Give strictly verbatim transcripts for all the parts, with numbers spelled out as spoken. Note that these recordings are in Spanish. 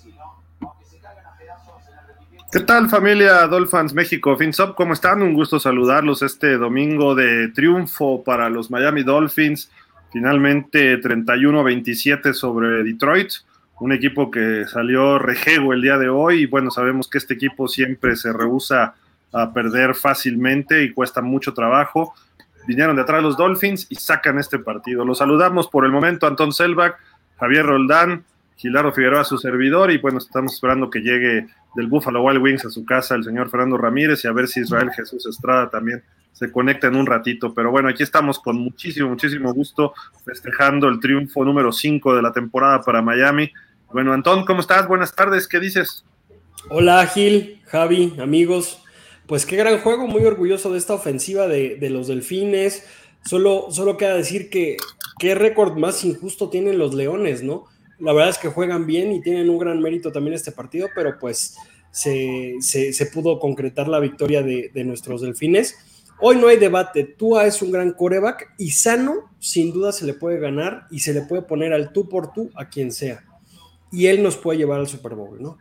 ¿Qué tal, familia Dolphins México? FinSop, ¿cómo están? Un gusto saludarlos este domingo de triunfo para los Miami Dolphins. Finalmente treinta y uno a veintisiete sobre Detroit, un equipo que salió rejego el día de hoy. Y bueno, sabemos que este equipo siempre se rehúsa a perder fácilmente y cuesta mucho trabajo. Vinieron de atrás los Dolphins y sacan este partido. Los saludamos por el momento, Antón Selbach, Javier Roldán, Gilardo Figueroa, su servidor, y bueno, estamos esperando que llegue del Buffalo Wild Wings a su casa el señor Fernando Ramírez y a ver si Israel Jesús Estrada también se conecta en un ratito. Pero bueno, aquí estamos con muchísimo, muchísimo gusto festejando el triunfo número cinco de la temporada para Miami. Bueno, Antón, ¿cómo estás? Buenas tardes, ¿qué dices? Hola, Gil, Javi, amigos. Pues qué gran juego, muy orgulloso de esta ofensiva de, de los Delfines. Solo, solo queda decir que qué récord más injusto tienen los Leones, ¿no? La verdad es que juegan bien y tienen un gran mérito también este partido, pero pues se, se, se pudo concretar la victoria de, de nuestros Delfines. Hoy no hay debate, Tua es un gran quarterback y sano, sin duda se le puede ganar y se le puede poner al tú por tú a quien sea. Y él nos puede llevar al Super Bowl, ¿no?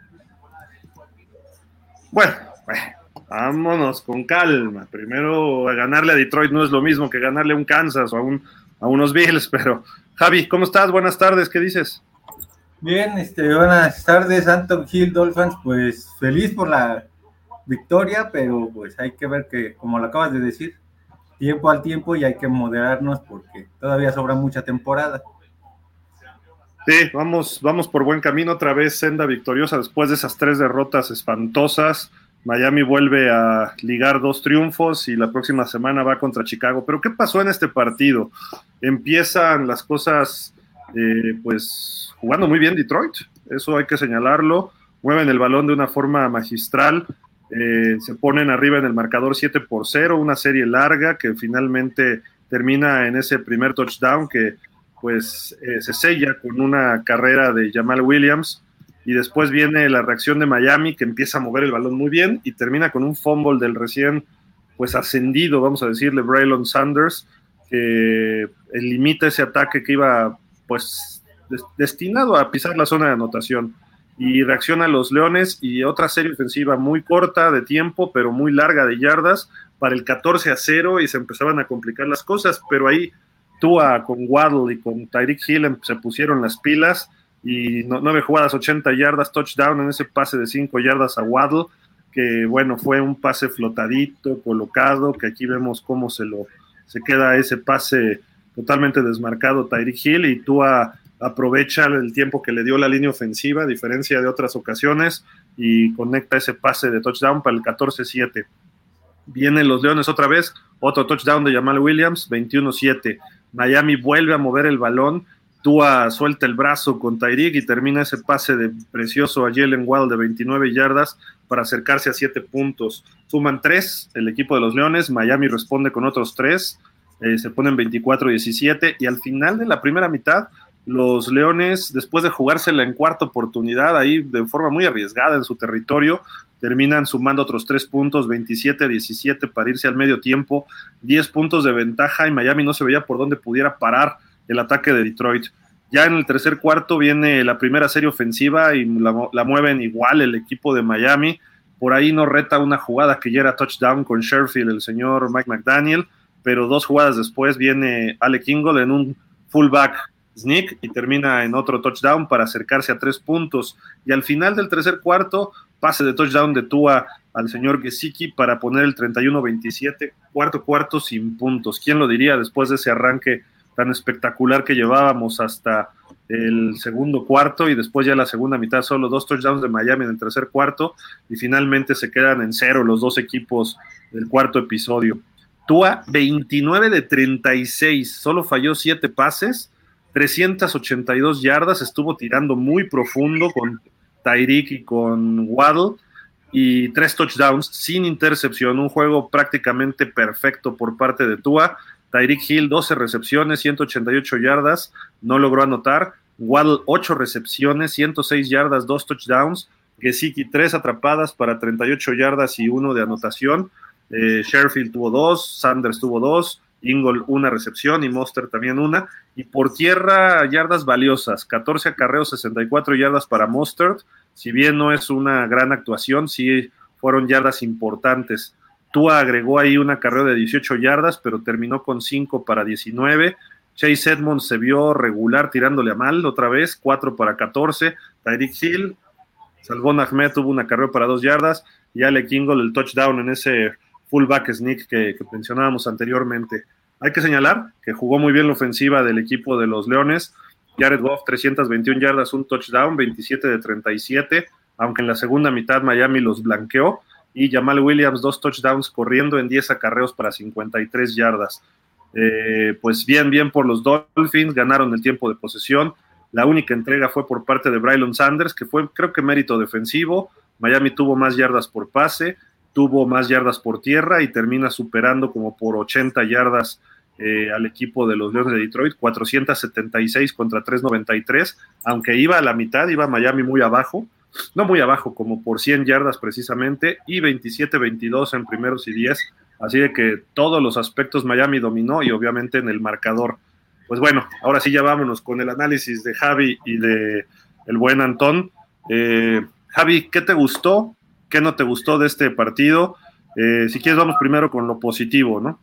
Bueno, bueno, vámonos con calma. Primero, ganarle a Detroit no es lo mismo que ganarle a un Kansas o a, un, a unos Bills, pero Javi, ¿cómo estás? Buenas tardes, ¿qué dices? Bien, este, buenas tardes, Anton Hill Dolphins, pues feliz por la victoria, pero pues hay que ver que, como lo acabas de decir, tiempo al tiempo y hay que moderarnos porque todavía sobra mucha temporada. Sí, vamos, vamos por buen camino, otra vez senda victoriosa después de esas tres derrotas espantosas. Miami vuelve a ligar dos triunfos y la próxima semana va contra Chicago. Pero ¿qué pasó en este partido? Empiezan las cosas, eh, pues, jugando muy bien Detroit, eso hay que señalarlo. Mueven el balón de una forma magistral, eh, se ponen arriba en el marcador siete por cero, una serie larga que finalmente termina en ese primer touchdown que pues eh, se sella con una carrera de Jamal Williams, y después viene la reacción de Miami, que empieza a mover el balón muy bien y termina con un fumble del recién pues ascendido, vamos a decirle, Braylon Sanders, que limita ese ataque que iba pues des- destinado a pisar la zona de anotación, y reacciona a los Leones y otra serie ofensiva muy corta de tiempo, pero muy larga de yardas para el catorce a cero, y se empezaban a complicar las cosas, pero ahí Tua con Waddle y con Tyreek Hill se pusieron las pilas y no, nueve jugadas, ochenta yardas, touchdown en ese pase de cinco yardas a Waddle, que bueno, fue un pase flotadito, colocado, que aquí vemos cómo se lo se queda ese pase totalmente desmarcado Tyreek Hill, y Tua aprovecha el tiempo que le dio la línea ofensiva, a diferencia de otras ocasiones, y conecta ese pase de touchdown para el catorce siete. Vienen los Leones otra vez, otro touchdown de Jamal Williams, veintiuno siete. Miami vuelve a mover el balón, Tua suelta el brazo con Tyreek y termina ese pase de precioso a Jalen Waddle de veintinueve yardas para acercarse a siete puntos. Suman tres el equipo de los Leones, Miami responde con otros tres, eh, se ponen veinticuatro diecisiete, y al final de la primera mitad los Leones, después de jugársela en cuarta oportunidad, ahí de forma muy arriesgada en su territorio, terminan sumando otros tres puntos, veintisiete diecisiete, para irse al medio tiempo, diez puntos de ventaja, y Miami no se veía por dónde pudiera parar el ataque de Detroit. Ya en el tercer cuarto viene la primera serie ofensiva y la, la mueven igual el equipo de Miami. Por ahí no reta una jugada que ya era touchdown con Sherfield, el señor Mike McDaniel, pero dos jugadas después viene Alec Ingold en un fullback sneak y termina en otro touchdown para acercarse a tres puntos. Y al final del tercer cuarto, pase de touchdown de Tua al señor Gesicki para poner el treinta y uno veintisiete, cuarto cuarto sin puntos. ¿Quién lo diría después de ese arranque tan espectacular que llevábamos hasta el segundo cuarto, y después ya la segunda mitad solo dos touchdowns de Miami en el tercer cuarto, y finalmente se quedan en cero los dos equipos del cuarto episodio? Tua, veintinueve de treinta y seis, solo falló siete pases, trescientas ochenta y dos yardas, estuvo tirando muy profundo con Tyreek y con Waddle, y tres touchdowns sin intercepción, un juego prácticamente perfecto por parte de Tua. Tyreek Hill, doce recepciones, ciento ochenta y ocho yardas, no logró anotar. Waddle, ocho recepciones, ciento seis yardas, dos touchdowns. Gesicki, tres atrapadas para treinta y ocho yardas y uno de anotación. Eh, Sherfield tuvo dos, Sanders tuvo dos, Ingle una recepción y Mostert también una. Y por tierra, yardas valiosas, catorce acarreos, sesenta y cuatro yardas para Mostert. Si bien no es una gran actuación, sí fueron yardas importantes. Tua agregó ahí un acarreo de dieciocho yardas, pero terminó con cinco para diecinueve. Chase Edmonds se vio regular tirándole a mal otra vez, cuatro para catorce. Tyreek Hill, Salvón Ahmed tuvo un acarreo para dos yardas y Alec Ingle el touchdown en ese fullback sneak que, que mencionábamos anteriormente. Hay que señalar que jugó muy bien la ofensiva del equipo de los Leones. Jared Goff, trescientas veintiuna yardas, un touchdown, veintisiete de treinta y siete, aunque en la segunda mitad Miami los blanqueó, y Jamal Williams, dos touchdowns corriendo en diez acarreos para cincuenta y tres yardas. Eh, pues bien, bien por los Dolphins, ganaron el tiempo de posesión. La única entrega fue por parte de Braylon Sanders, que fue, creo que mérito defensivo. Miami tuvo más yardas por pase, tuvo más yardas por tierra y termina superando como por ochenta yardas eh, al equipo de los Leones de Detroit, cuatrocientos setenta y seis contra trescientos noventa y tres, aunque iba a la mitad, iba Miami muy abajo, no muy abajo, como por cien yardas precisamente, y veintisiete veintidós en primeros y diez, así de que todos los aspectos Miami dominó y obviamente en el marcador. Pues bueno, ahora sí ya vámonos con el análisis de Javi y de el buen Antón. Eh, Javi, ¿qué te gustó? ¿Qué no te gustó de este partido? Eh, si quieres vamos primero con lo positivo, ¿no?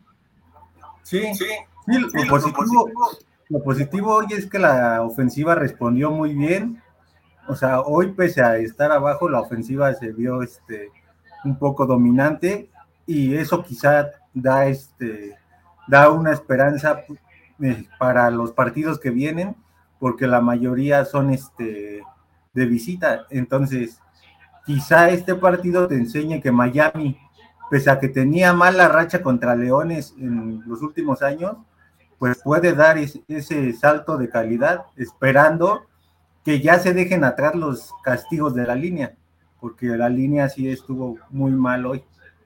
Sí, sí, sí lo, sí, positivo, lo positivo hoy es que la ofensiva respondió muy bien. O sea, hoy pese a estar abajo, la ofensiva se vio este, un poco dominante y eso quizá da, este, da una esperanza eh, para los partidos que vienen, porque la mayoría son este, de visita. Entonces, quizá este partido te enseñe que Miami, pese a que tenía mala racha contra Leones en los últimos años, pues puede dar ese, ese salto de calidad, esperando que ya se dejen atrás los castigos de la línea, porque la línea sí estuvo muy mal hoy.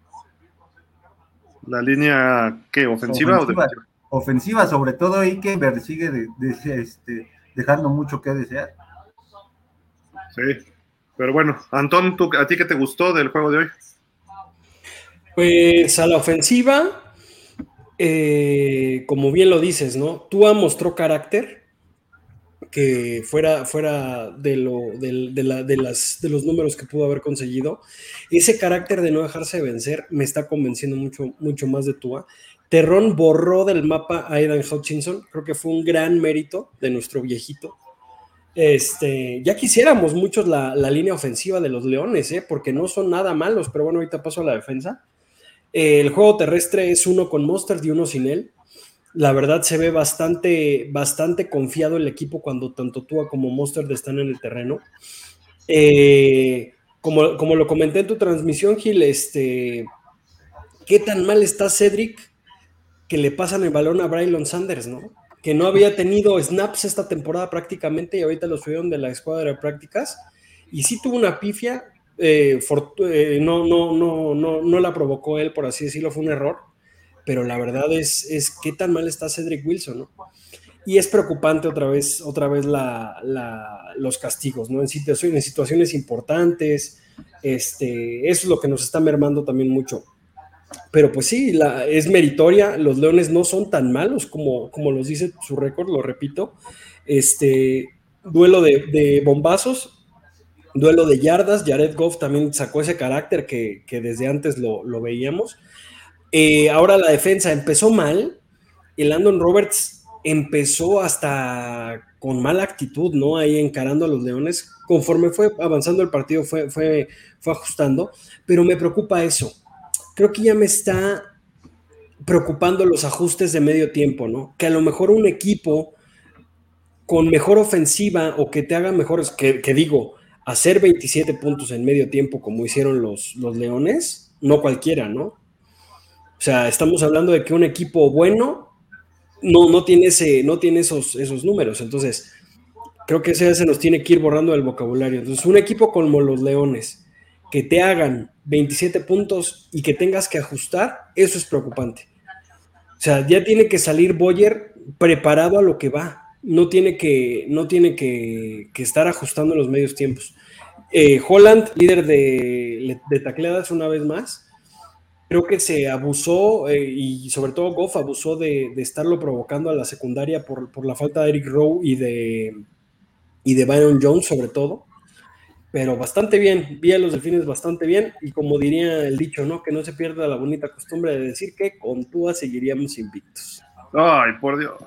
¿La línea qué? ¿Ofensiva, ofensiva o defensiva? Ofensiva, sobre todo Ikenberg sigue de, de, este, dejando mucho que desear. Sí, pero bueno, Antón, ¿tú, ¿a ti qué te gustó del juego de hoy? Pues a la ofensiva, eh, como bien lo dices, ¿no? Tua mostró carácter, que fuera, fuera de, lo, de, de, la, de, las, de los números que pudo haber conseguido. Ese carácter de no dejarse vencer me está convenciendo mucho, mucho más de Tua. Terrón borró del mapa a Aidan Hutchinson, creo que fue un gran mérito de nuestro viejito. Este, ya quisiéramos muchos la, la línea ofensiva de los Leones, ¿eh? Porque no son nada malos, pero bueno, ahorita paso a la defensa. Eh, el juego terrestre es uno con Mostert y uno sin él. La verdad se ve bastante, bastante confiado el equipo cuando tanto Tua como Mostert están en el terreno. Eh, como, como lo comenté en tu transmisión, Gil, este, ¿qué tan mal está Cedric que le pasan el balón a Braylon Sanders, ¿no? Que no había tenido snaps esta temporada prácticamente y ahorita lo subieron de la escuadra de prácticas y sí tuvo una pifia, eh, fortu- eh, no, no, no, no, no la provocó él, por así decirlo, fue un error, pero la verdad es, es qué tan mal está Cedric Wilson, ¿no? Y es preocupante otra vez, otra vez la, la, los castigos, ¿no? En situaciones, en situaciones importantes, este, eso es lo que nos está mermando también mucho. Pero pues sí, la, es meritoria, los Leones no son tan malos como, como los dice su récord, lo repito. Este, duelo de, de bombazos, duelo de yardas, Jared Goff también sacó ese carácter que, que desde antes lo, lo veíamos. Eh, ahora la defensa empezó mal, el Landon Roberts empezó hasta con mala actitud, ¿no? Ahí encarando a los Leones, conforme fue avanzando el partido fue, fue, fue ajustando, pero me preocupa eso. Creo que ya me está preocupando los ajustes de medio tiempo, ¿no? Que a lo mejor un equipo con mejor ofensiva o que te haga mejores, que, que digo, hacer veintisiete puntos en medio tiempo como hicieron los, los Leones, no cualquiera, ¿no? O sea, estamos hablando de que un equipo bueno no, no tiene, ese, no tiene esos, esos números, entonces creo que ese se nos tiene que ir borrando del vocabulario. Entonces, un equipo como los Leones, que te hagan veintisiete puntos y que tengas que ajustar, eso es preocupante. O sea, ya tiene que salir Boyer preparado a lo que va. No tiene que, no tiene que, que estar ajustando en los medios tiempos. Eh, Holland, líder de, de tacleadas una vez más. Creo que se abusó eh, y sobre todo Goff abusó de, de estarlo provocando a la secundaria por, por la falta de Eric Rowe y de, y de Byron Jones sobre todo, pero bastante bien, vi a los Delfines bastante bien y como diría el dicho, ¿no? Que no se pierda la bonita costumbre de decir que con Tua seguiríamos invictos. Ay, por Dios.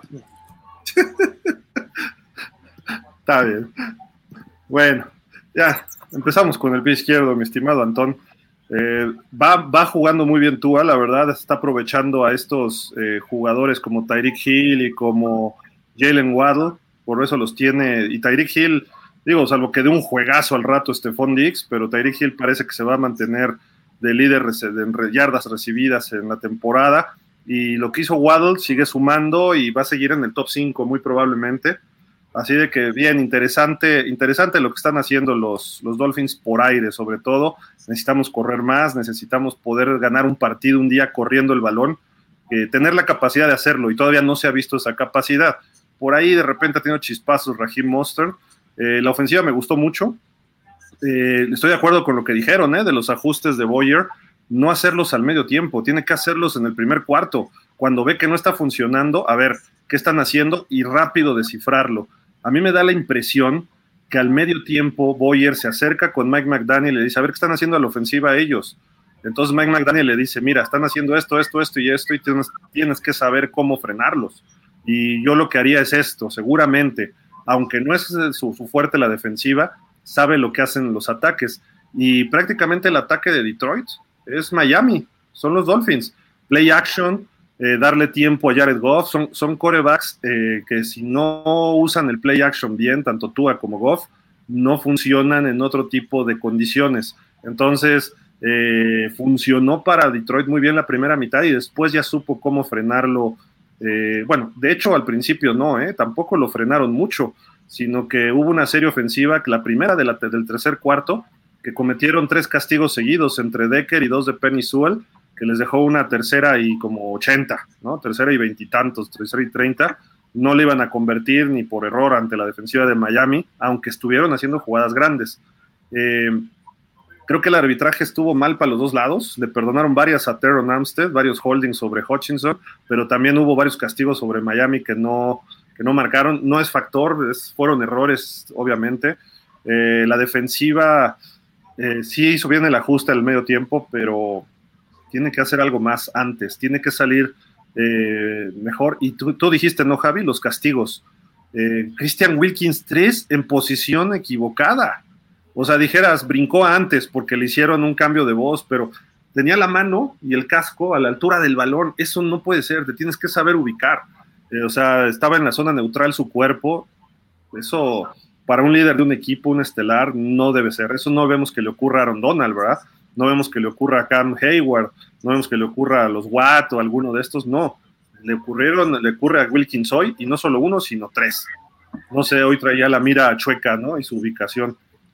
Está bien. Bueno, ya empezamos con el pie izquierdo, mi estimado Antón. Eh, va, va jugando muy bien Tua, la verdad, está aprovechando a estos eh, jugadores como Tyreek Hill y como Jalen Waddle, por eso los tiene, y Tyreek Hill, digo, salvo que de un juegazo al rato Stephon Diggs, pero Tyreek Hill parece que se va a mantener de líder de yardas recibidas en la temporada, y lo que hizo Waddle sigue sumando y va a seguir en el top cinco muy probablemente. Así de que bien, interesante, interesante lo que están haciendo los, los Dolphins por aire, sobre todo. Necesitamos correr más, necesitamos poder ganar un partido un día corriendo el balón, eh, tener la capacidad de hacerlo, y todavía no se ha visto esa capacidad. Por ahí de repente ha tenido chispazos Raheem Mostert. Eh, la ofensiva me gustó mucho. Eh, estoy de acuerdo con lo que dijeron, eh, de los ajustes de Boyer, no hacerlos al medio tiempo, tiene que hacerlos en el primer cuarto. Cuando ve que no está funcionando, a ver qué están haciendo y rápido descifrarlo. A mí me da la impresión que al medio tiempo Boyer se acerca con Mike McDaniel y le dice, a ver, ¿qué están haciendo a la ofensiva ellos? Entonces Mike McDaniel le dice, mira, están haciendo esto, esto, esto y esto, y tienes, tienes que saber cómo frenarlos. Y yo lo que haría es esto, seguramente, aunque no es su, su fuerte la defensiva, sabe lo que hacen los ataques. Y prácticamente el ataque de Detroit es Miami, son los Dolphins. Play action, Eh, darle tiempo a Jared Goff, son, son quarterbacks eh, que si no usan el play action bien, tanto Tua como Goff, no funcionan en otro tipo de condiciones. Entonces, eh, funcionó para Detroit muy bien la primera mitad y después ya supo cómo frenarlo. Eh, bueno, de hecho al principio no, eh, tampoco lo frenaron mucho, sino que hubo una serie ofensiva, que la primera de la, del tercer cuarto, que cometieron tres castigos seguidos entre Decker y dos de Penny Sewell, que les dejó una tercera y como ochenta, ¿no? Tercera y veintitantos, tercera y treinta, no le iban a convertir ni por error ante la defensiva de Miami, aunque estuvieron haciendo jugadas grandes. Eh, creo que el arbitraje estuvo mal para los dos lados, le perdonaron varias a Teron Armstead, varios holdings sobre Hutchinson, pero también hubo varios castigos sobre Miami que no, que no marcaron, no es factor, es, fueron errores, obviamente. Eh, la defensiva eh, sí hizo bien el ajuste al medio tiempo, pero tiene que hacer algo más antes, tiene que salir eh, mejor. Y tú, tú dijiste, ¿no, Javi? Los castigos. Eh, Christian Wilkins, tres en posición equivocada. O sea, dijeras, brincó antes porque le hicieron un cambio de voz, pero tenía la mano y el casco a la altura del balón. Eso no puede ser, te tienes que saber ubicar. Eh, o sea, estaba en la zona neutral su cuerpo. Eso, para un líder de un equipo, un estelar, no debe ser. Eso no vemos que le ocurra a Aaron Donald, ¿verdad? No vemos que le ocurra a Cam Hayward, no vemos que le ocurra a los Watt o a alguno de estos, no. Le ocurrieron, le ocurre a Wilkins hoy, y no solo uno, sino tres. No sé, hoy traía la mira chueca, ¿no? Y su ubicación.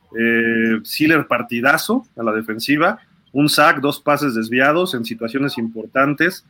Eh, Siller partidazo a la defensiva, un sack, dos pases desviados en situaciones importantes.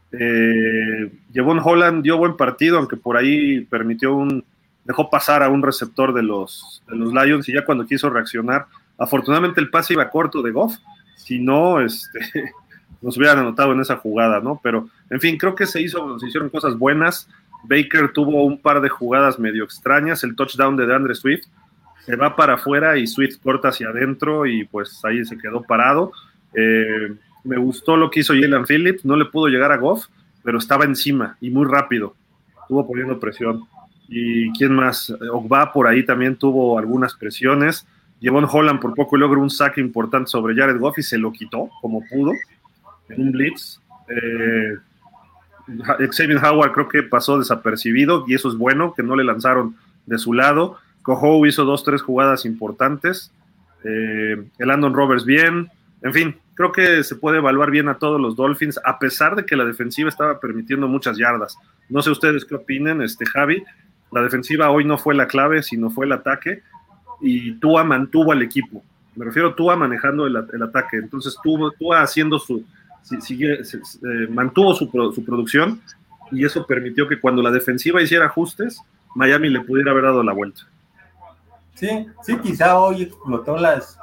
Eh, Jevon Holland dio buen partido, aunque por ahí permitió un, dejó pasar a un receptor de los, de los Lions, y ya cuando quiso reaccionar, afortunadamente el pase iba corto de Goff, si no, este, nos hubieran anotado en esa jugada, ¿no? Pero, en fin, creo que se hizo, se hicieron cosas buenas. Baker tuvo un par de jugadas medio extrañas, el touchdown de DeAndre Swift, se va para afuera y Swift corta hacia adentro y pues ahí se quedó parado. Eh, me gustó lo que hizo Jalen Phillips, no le pudo llegar a Goff, pero estaba encima y muy rápido, estuvo poniendo presión. ¿Y quién más? Ogba por ahí también tuvo algunas presiones. Jevon Holland por poco logró un saque importante sobre Jared Goff y se lo quitó como pudo en un blitz. Eh, Xavier Howard creo que pasó desapercibido y eso es bueno, que no le lanzaron de su lado. Cojo hizo dos, tres jugadas importantes. Eh, el Landon Roberts bien. En fin, creo que se puede evaluar bien a todos los Dolphins, a pesar de que la defensiva estaba permitiendo muchas yardas. No sé ustedes qué opinen, este, Javi. La defensiva hoy no fue la clave, sino fue el ataque. Y Tua mantuvo al equipo. Me refiero a Tua manejando el, el ataque. Entonces Tua, Tua haciendo su, sigue, se, se, eh, mantuvo su, su producción, y eso permitió que cuando la defensiva hiciera ajustes, Miami le pudiera haber dado la vuelta. Sí, sí, quizá hoy explotó las,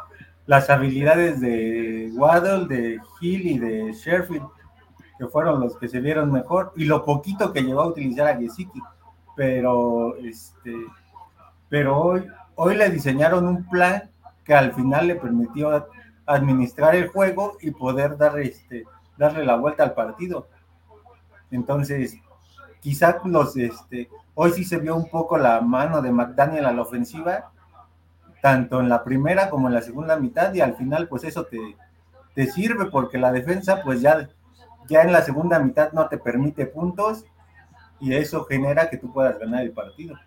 las habilidades de Waddle, de Hill y de Sherfield, que fueron los que se vieron mejor, y lo poquito que llegó a utilizar a Gesicki, pero este, pero hoy, hoy le diseñaron un plan que al final le permitió administrar el juego y poder dar, este, darle la vuelta al partido. Entonces, quizá los, este, hoy sí se vio un poco la mano de McDaniel a la ofensiva, tanto en la primera como en la segunda mitad, y al final pues eso te, te sirve porque la defensa pues ya, ya en la segunda mitad no te permite puntos y eso genera que tú puedas ganar el partido.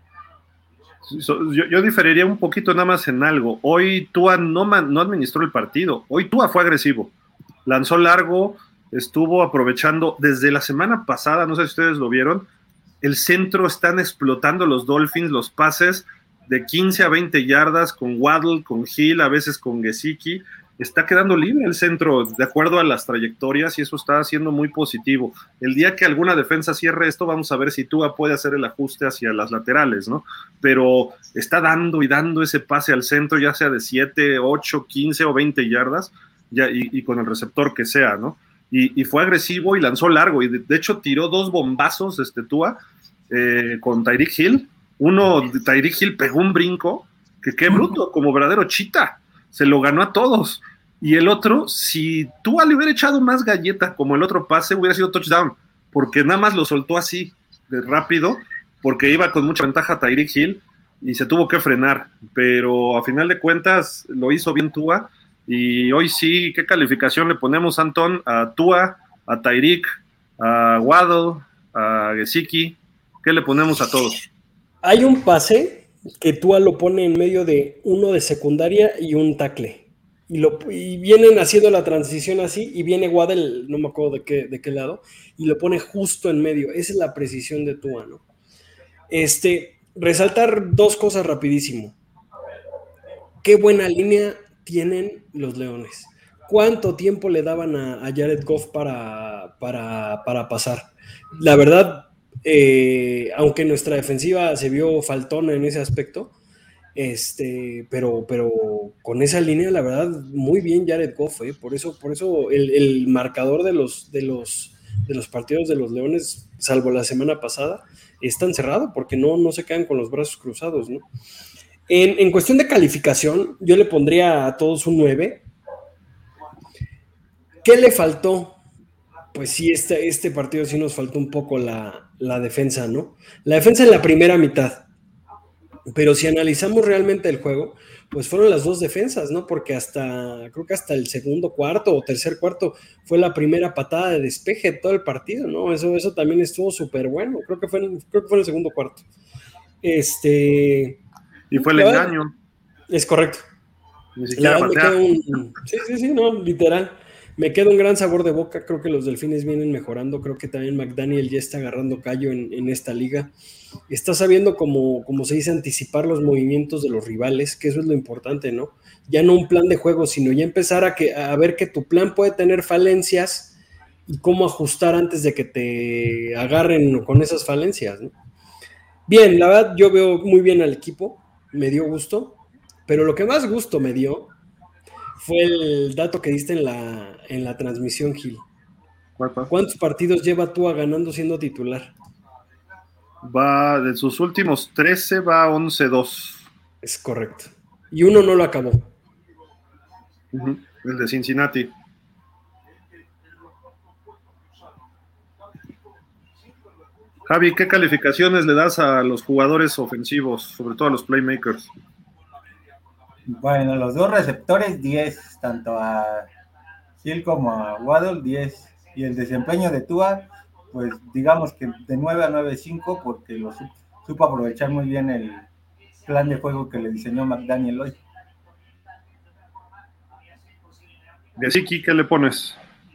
Yo, yo diferiría un poquito nada más en algo. Hoy Tua no, man, no administró el partido. Hoy Tua fue agresivo. Lanzó largo, estuvo aprovechando. Desde la semana pasada, no sé si ustedes lo vieron, el centro están explotando los Dolphins, los pases de quince a veinte yardas con Waddle, con Hill, a veces con Gesicki. Está quedando libre el centro de acuerdo a las trayectorias y eso está siendo muy positivo. El día que alguna defensa cierre esto, vamos a ver si Tua puede hacer el ajuste hacia las laterales, ¿no? Pero está dando y dando ese pase al centro, ya sea de siete, ocho, quince o veinte yardas, ya, y, y con el receptor que sea, ¿no? Y, y fue agresivo y lanzó largo, y de, de hecho tiró dos bombazos este Tua eh, con Tyreek Hill. Uno, Tyreek Hill pegó un brinco, que qué bruto, como verdadero chita, se lo ganó a todos. Y el otro, si Tua le hubiera echado más galleta como el otro pase, hubiera sido touchdown, porque nada más lo soltó así, de rápido, porque iba con mucha ventaja Tyreek Hill y se tuvo que frenar, pero a final de cuentas lo hizo bien Tua. Y hoy sí, ¿qué calificación le ponemos, Antón, a Tua, a Tyreek, a Waddle, a Gesicki? ¿Qué le ponemos a todos? Hay un pase que Tua lo pone en medio de uno de secundaria y un tackle. Y, lo, y vienen haciendo la transición así, y viene Waddle, no me acuerdo de qué, de qué lado, y lo pone justo en medio. Esa es la precisión de Tua, ¿no? Este, resaltar dos cosas rapidísimo. Qué buena línea tienen los Leones. ¿Cuánto tiempo le daban a, a Jared Goff para, para, para pasar? La verdad, eh, aunque nuestra defensiva se vio faltona en ese aspecto, este, pero, pero con esa línea, la verdad, muy bien Jared Goff, ¿eh? Por eso, por eso el, el marcador de los, de, los, de los partidos de los Leones, salvo la semana pasada, es tan cerrado porque no, no se quedan con los brazos cruzados, ¿no? En, en cuestión de calificación, yo le pondría a todos un nueve. ¿Qué le faltó? Pues sí, este, este partido sí nos faltó un poco la, la defensa, ¿no? La defensa en la primera mitad. Pero si analizamos realmente el juego, pues fueron las dos defensas, ¿no? Porque hasta, creo que hasta el segundo cuarto o tercer cuarto fue la primera patada de despeje de todo el partido, ¿no? Eso, eso también estuvo súper bueno. Creo que, fue, creo que fue en el segundo cuarto. Este... Y fue el engaño. Es correcto. Ni siquiera patear. Un... Sí, sí, sí, no, literal. Me queda un gran sabor de boca. Creo que los Delfines vienen mejorando. Creo que también McDaniel ya está agarrando callo en, en esta liga. Está sabiendo, como, como se dice, anticipar los movimientos de los rivales, que eso es lo importante, ¿no? Ya no un plan de juego, sino ya empezar a, que, a ver que tu plan puede tener falencias y cómo ajustar antes de que te agarren con esas falencias, ¿no? Bien, la verdad, yo veo muy bien al equipo. Me dio gusto, pero lo que más gusto me dio fue el dato que diste en la, en la transmisión, Gil. ¿Cuántos partidos lleva Tua ganando siendo titular? Va, de sus últimos trece, va once dos. Es correcto. Y uno no lo acabó. Uh-huh. El de Cincinnati. Javi, ¿qué calificaciones le das a los jugadores ofensivos, sobre todo a los playmakers? Bueno, los dos receptores, diez, tanto a Hill como a Waddle, diez. Y el desempeño de Tua, pues digamos que de nueve a nueve punto cinco, porque lo supo, supo aprovechar muy bien el plan de juego que le diseñó McDaniel hoy. Gesicki, ¿qué le pones?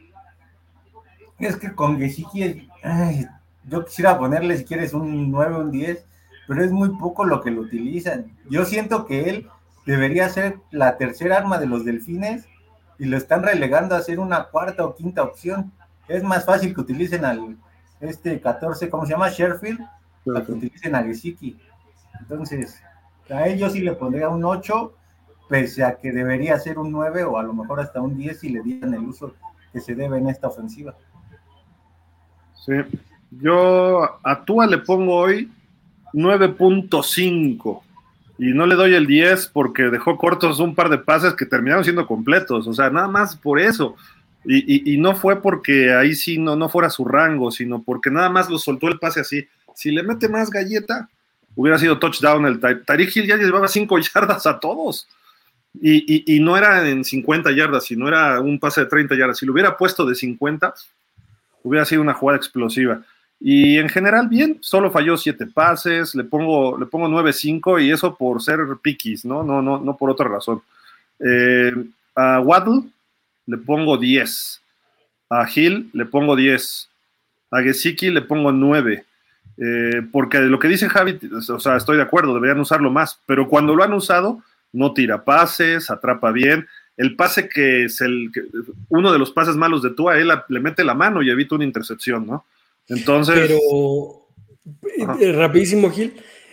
Es que con Gesicki, ay, yo quisiera ponerle, si quieres, un nueve o un diez, pero es muy poco lo que lo utilizan. Yo siento que él debería ser la tercera arma de los Delfines y lo están relegando a ser una cuarta o quinta opción. Es más fácil que utilicen al este catorce, ¿cómo se llama? Sherfield, para que utilicen a Gesicki. Entonces, a ellos sí le pondría un ocho pese a que debería ser un nueve o a lo mejor hasta un diez si le dieran el uso que se debe en esta ofensiva. Sí, yo a Tua le pongo hoy nueve punto cinco y no le doy el diez porque dejó cortos un par de pases que terminaron siendo completos, o sea, nada más por eso. Y, y, y no fue porque ahí sí no, no fuera su rango, sino porque nada más lo soltó el pase así. Si le mete más galleta, hubiera sido touchdown. El Ty- Tyreek Hill ya llevaba cinco yardas a todos. Y, y, y no era en cincuenta yardas, sino era un pase de treinta yardas. Si lo hubiera puesto de cincuenta, hubiera sido una jugada explosiva. Y en general, bien, solo falló siete pases, le pongo, le pongo nueve cinco y eso por ser piquis, ¿no? No, no, no por otra razón. Eh, a Waddle le pongo diez. A Hill le pongo diez. A Gesicki le pongo nueve. Eh, porque lo que dice Javi, o sea, estoy de acuerdo, deberían usarlo más, pero cuando lo han usado, no tira pases, atrapa bien. El pase que es el, que, uno de los pases malos de Tua, él le mete la mano y evita una intercepción, ¿no? Entonces. Pero, eh, rapidísimo, Gil.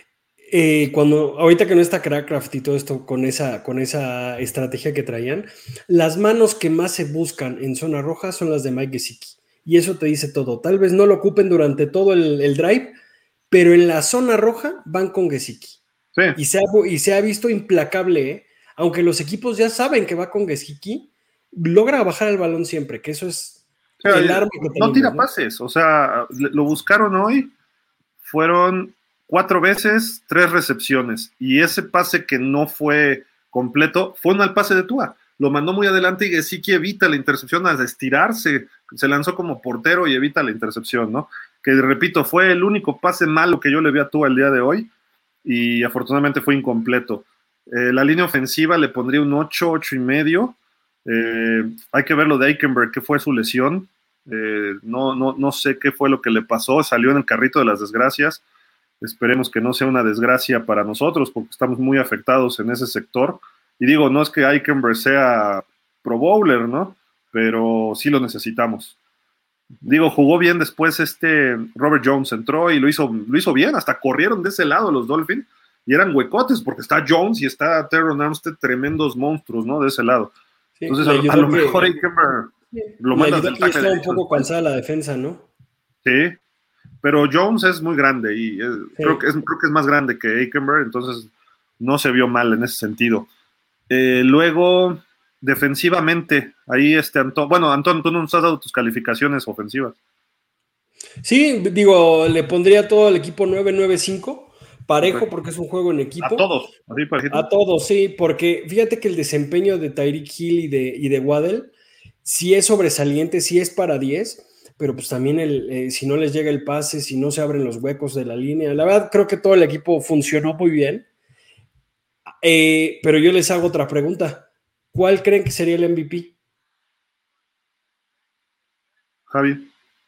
Eh, cuando, ahorita que no está Crackcraft y todo esto con esa, con esa estrategia que traían, las manos que más se buscan en zona roja son las de Mike Gesicki. Y eso te dice todo. Tal vez no lo ocupen durante todo el, el drive, pero en la zona roja van con Gesicki. Sí. Y, se ha, y se ha visto implacable, ¿eh? Aunque los equipos ya saben que va con Gesicki, logra bajar el balón siempre, que eso es o sea, el arma que tenemos, no tira ¿no? pases, o sea, lo buscaron hoy, fueron cuatro veces, tres recepciones, y ese pase que no fue completo fue un mal pase de Tua. Lo mandó muy adelante y Gesicki evita la intercepción al estirarse, se lanzó como portero y evita la intercepción, ¿no? Que repito, fue el único pase malo que yo le vi a Tua el día de hoy y afortunadamente fue incompleto. Eh, la línea ofensiva le pondría un ocho, ocho y medio. Eh, hay que ver lo de Eichenberg, qué fue su lesión. Eh, no, no, no sé qué fue lo que le pasó, salió en el carrito de las desgracias. Esperemos que no sea una desgracia para nosotros porque estamos muy afectados en ese sector. Y digo, no es que Eichenberg sea pro bowler, ¿no? Pero sí lo necesitamos. Digo, jugó bien después este Robert Jones, entró y lo hizo, lo hizo bien, hasta corrieron de ese lado los Dolphins y eran huecotes porque está Jones y está Terron Armstead, tremendos monstruos, ¿no? De ese lado. Sí, entonces a, a lo que, mejor Eichenberg lo mandas del tackle derecho. Está un poco cansada la defensa, ¿no? Sí, pero Jones es muy grande y es, sí. creo, que es, creo que es más grande que Eichenberg, entonces no se vio mal en ese sentido. Eh, luego, defensivamente, ahí este Antón, bueno, Antón, tú no nos has dado tus calificaciones ofensivas. Sí, digo, le pondría todo al equipo nueve nueve cinco, parejo, okay, porque es un juego en equipo. A todos, así parejito. A todos, sí, porque fíjate que el desempeño de Tyreek Hill y de, y de Waddle sí es sobresaliente, sí es para diez, pero pues también el, eh, si no les llega el pase, si no se abren los huecos de la línea, la verdad creo que todo el equipo funcionó muy bien. Eh, pero yo les hago otra pregunta. ¿Cuál creen que sería el M V P? Javi.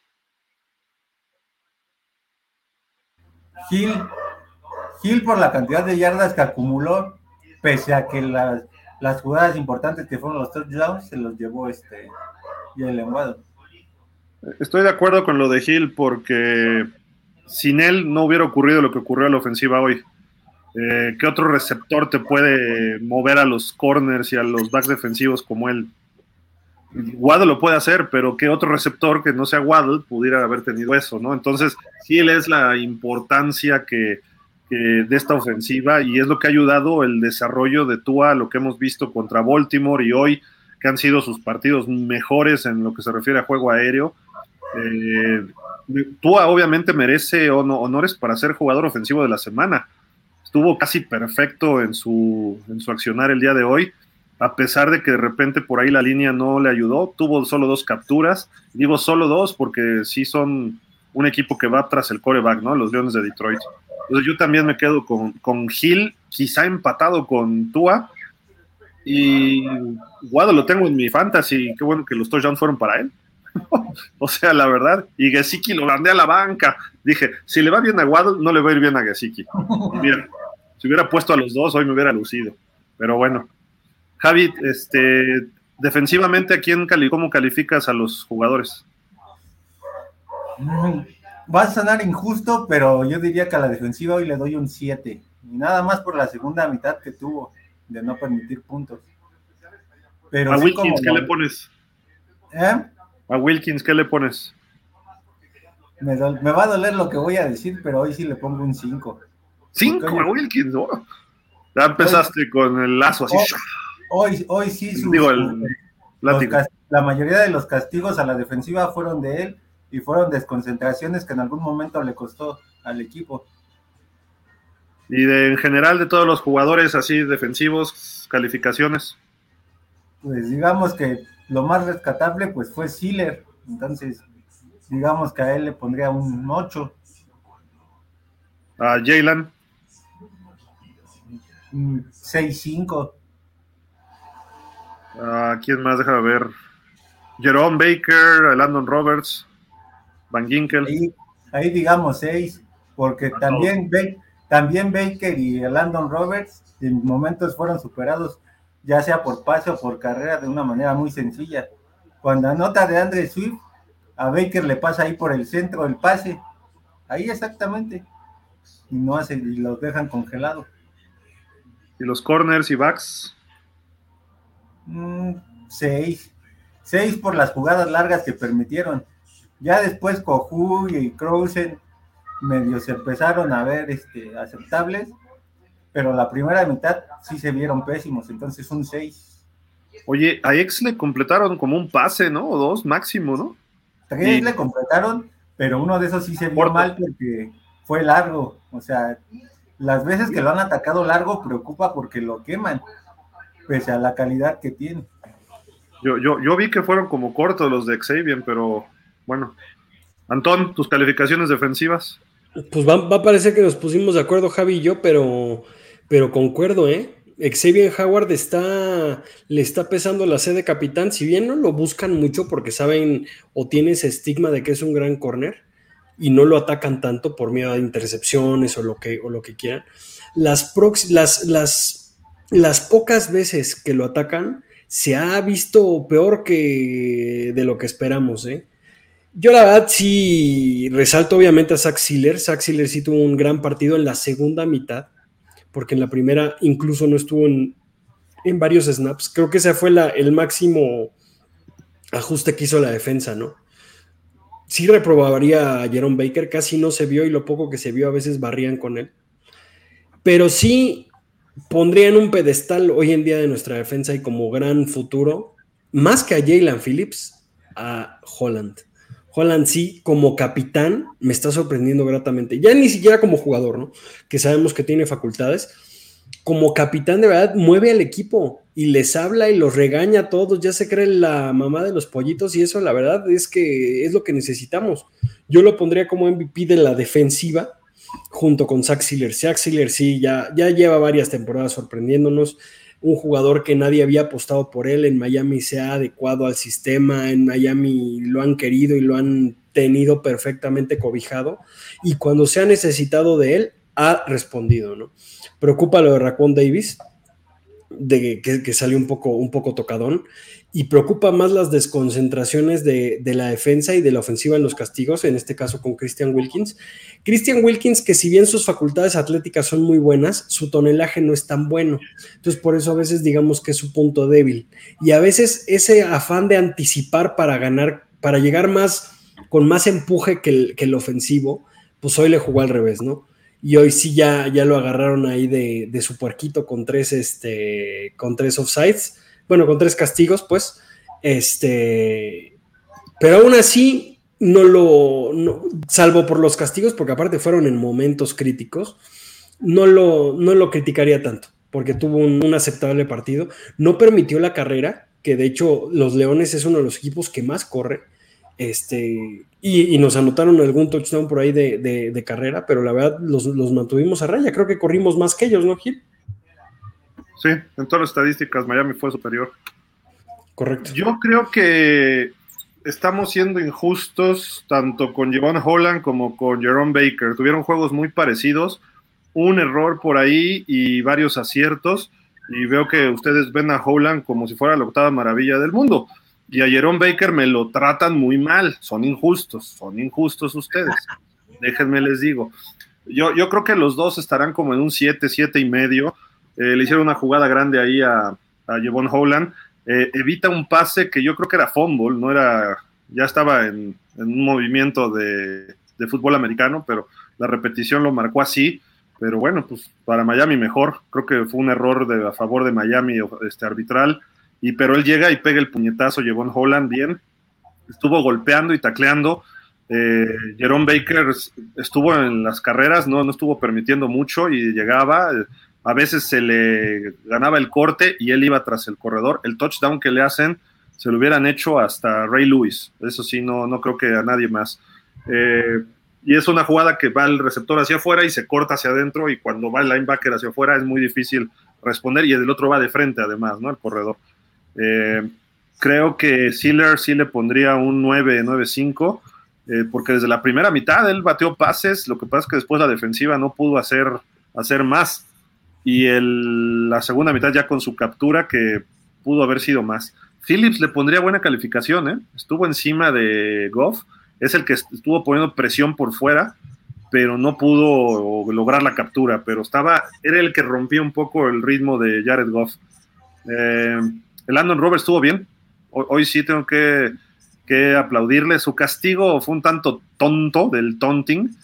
Hill, Hill por la cantidad de yardas que acumuló, pese a que las, las jugadas importantes que fueron los touchdowns se los llevó este Jalen Waddle. Estoy de acuerdo con lo de Hill porque sin él no hubiera ocurrido lo que ocurrió a la ofensiva hoy. Eh, ¿Qué otro receptor te puede mover a los corners y a los backs defensivos como él? Waddle lo puede hacer, pero ¿qué otro receptor que no sea Waddle pudiera haber tenido eso, ¿no? Entonces, sí, él es la importancia que, que de esta ofensiva y es lo que ha ayudado el desarrollo de Tua, lo que hemos visto contra Baltimore y hoy, que han sido sus partidos mejores en lo que se refiere a juego aéreo. Eh, Tua obviamente merece honores para ser jugador ofensivo de la semana. Estuvo casi perfecto en su, en su accionar el día de hoy, a pesar de que de repente por ahí la línea no le ayudó, tuvo solo dos capturas, digo solo dos porque sí son un equipo que va tras el quarterback, ¿no? Los Leones de Detroit. Entonces yo también me quedo con, con Hill, quizá empatado con Tua, y Waddle lo tengo en mi fantasy, qué bueno que los touchdowns fueron para él. O sea, la verdad, y Gesicki lo mandé a la banca. Dije, si le va bien a Waddle, no le va a ir bien a Gesicki. Mira, si hubiera puesto a los dos, hoy me hubiera lucido. Pero bueno. Javi, este, defensivamente, ¿a quién cali- cómo calificas a los jugadores? Va a sonar injusto, pero yo diría que a la defensiva hoy le doy un siete. Y nada más por la segunda mitad que tuvo. de no permitir puntos. Pero a sí, Wilkins, ¿qué lo... le pones? ¿Eh? A Wilkins, ¿qué le pones? Me, do... me va a doler lo que voy a decir, pero hoy sí le pongo un cinco. ¿cinco a Wilkins? Oh. Ya empezaste hoy, con el lazo así. Hoy, hoy sí, sus, Digo, el los, la mayoría de los castigos a la defensiva fueron de él y fueron desconcentraciones que en algún momento le costó al equipo. Y de, en general de todos los jugadores así defensivos, calificaciones. Pues digamos que lo más rescatable pues fue Siller, entonces digamos que a él le pondría un ocho. A Jalen. seis cinco. ¿A quién más? Déjame ver. Jerome Baker, Landon Roberts, Van Ginkel. Ahí, ahí digamos seis, porque ah, también, no. también Baker y Landon Roberts en momentos fueron superados, ya sea por pase o por carrera, de una manera muy sencilla. Cuando anota de Andre Swift, a Baker le pasa ahí por el centro el pase, ahí exactamente, y no hace, y los dejan congelados. ¿Y los corners y backs? Mm, seis. Seis por las jugadas largas que permitieron. Ya después Coju y Krausen medio se empezaron a ver este, aceptables, pero la primera mitad sí se vieron pésimos, entonces un seis. Oye, a Ex le completaron como un pase, ¿no? O dos máximo, ¿no? Tres y... le completaron, pero uno de esos sí se vio Porto. mal porque fue largo. O sea, las veces que lo han atacado largo preocupa porque lo queman, pese a la calidad que tiene. Yo, yo, yo vi que fueron como cortos los de Xavier, pero bueno. Antón, tus calificaciones defensivas. Pues va, va a parecer que nos pusimos de acuerdo Javi y yo, pero, pero concuerdo, ¿eh? Xavier Howard está, le está pesando la C de capitán, si bien no lo buscan mucho porque saben o tiene ese estigma de que es un gran corner y no lo atacan tanto por miedo a intercepciones o lo que, o lo que quieran. Las, prox, las, las, las pocas veces que lo atacan se ha visto peor que de lo que esperamos, ¿eh? Yo la verdad sí resalto obviamente a Zach Siller. Zach Siller sí tuvo un gran partido en la segunda mitad, porque en la primera incluso no estuvo en, en varios snaps. Creo que ese fue la, el máximo ajuste que hizo la defensa, ¿no? Sí reprobaría a Jerome Baker, casi no se vio y lo poco que se vio a veces barrían con él. Pero sí pondría en un pedestal hoy en día de nuestra defensa y como gran futuro, más que a Jalen Phillips, a Holland. Holland sí, como capitán, me está sorprendiendo gratamente. Ya ni siquiera como jugador, ¿no? Que sabemos que tiene facultades. Como capitán, de verdad, mueve al equipo y les habla y los regaña a todos. Ya se cree la mamá de los pollitos y eso, la verdad, es que es lo que necesitamos. Yo lo pondría como M V P de la defensiva junto con Zach Siller. Zach Siller sí, ya, ya lleva varias temporadas sorprendiéndonos. Un jugador que nadie había apostado por él, en Miami se ha adecuado al sistema, en Miami lo han querido y lo han tenido perfectamente cobijado, y cuando se ha necesitado de él, ha respondido, ¿no? Preocupa lo de Raquan Davis, de que, que salió un poco, un poco tocadón, y preocupa más las desconcentraciones de, de la defensa y de la ofensiva en los castigos, en este caso con Christian Wilkins. Christian Wilkins, que si bien sus facultades atléticas son muy buenas, su tonelaje no es tan bueno. Entonces, por eso a veces digamos que es su punto débil. Y a veces ese afán de anticipar para ganar, para llegar más, con más empuje que el, que el ofensivo, pues hoy le jugó al revés, ¿no? Y hoy sí ya, ya lo agarraron ahí de, de su puerquito con tres, este, con tres offsides. Bueno, con tres castigos, pues, este, pero aún así, no lo, no, salvo por los castigos, porque aparte fueron en momentos críticos, no lo, no lo criticaría tanto, porque tuvo un, un aceptable partido, no permitió la carrera, que de hecho los Leones es uno de los equipos que más corre, este, y, y nos anotaron algún touchdown por ahí de, de, de carrera, pero la verdad los, los mantuvimos a raya, creo que corrimos más que ellos, ¿no, Gil? Sí, en todas las estadísticas Miami fue superior. Correcto. Yo creo que estamos siendo injustos tanto con Jevon Holland como con Jerome Baker. Tuvieron juegos muy parecidos, un error por ahí y varios aciertos, y veo que ustedes ven a Holland como si fuera la octava maravilla del mundo, y a Jerome Baker me lo tratan muy mal. Son injustos, son injustos ustedes. Déjenme les digo. Yo, yo creo que los dos estarán como en un siete, siete y medio, eh, le hicieron una jugada grande ahí a, a Jevon Holland, eh, evita un pase que yo creo que era fumble, no era, ya estaba en, en un movimiento de, de fútbol americano, pero la repetición lo marcó así, pero bueno, pues para Miami mejor, creo que fue un error de, a favor de Miami este, arbitral, y pero él llega y pega el puñetazo, Jevon Holland bien, estuvo golpeando y tacleando. eh, Jerome Baker estuvo en las carreras, no, no estuvo permitiendo mucho y llegaba, a veces se le ganaba el corte y él iba tras el corredor. El touchdown que le hacen se lo hubieran hecho hasta Ray Lewis, eso sí, no, no creo que a nadie más. Eh, y es una jugada que va el receptor hacia afuera y se corta hacia adentro, y cuando va el linebacker hacia afuera es muy difícil responder, y el otro va de frente además, ¿no? El corredor. Eh, creo que Sealer sí le pondría un nueve, nueve cinco, eh, porque desde la primera mitad él bateó pases, lo que pasa es que después la defensiva no pudo hacer, hacer más, y el, la segunda mitad ya con su captura que pudo haber sido más. Phillips le pondría buena calificación, ¿eh? Estuvo encima de Goff, es el que estuvo poniendo presión por fuera, pero no pudo lograr la captura, pero estaba, era el que rompía un poco el ritmo de Jared Goff. Eh, el Landon Roberts estuvo bien, hoy, hoy sí tengo que, que aplaudirle. Su castigo fue un tanto tonto del taunting,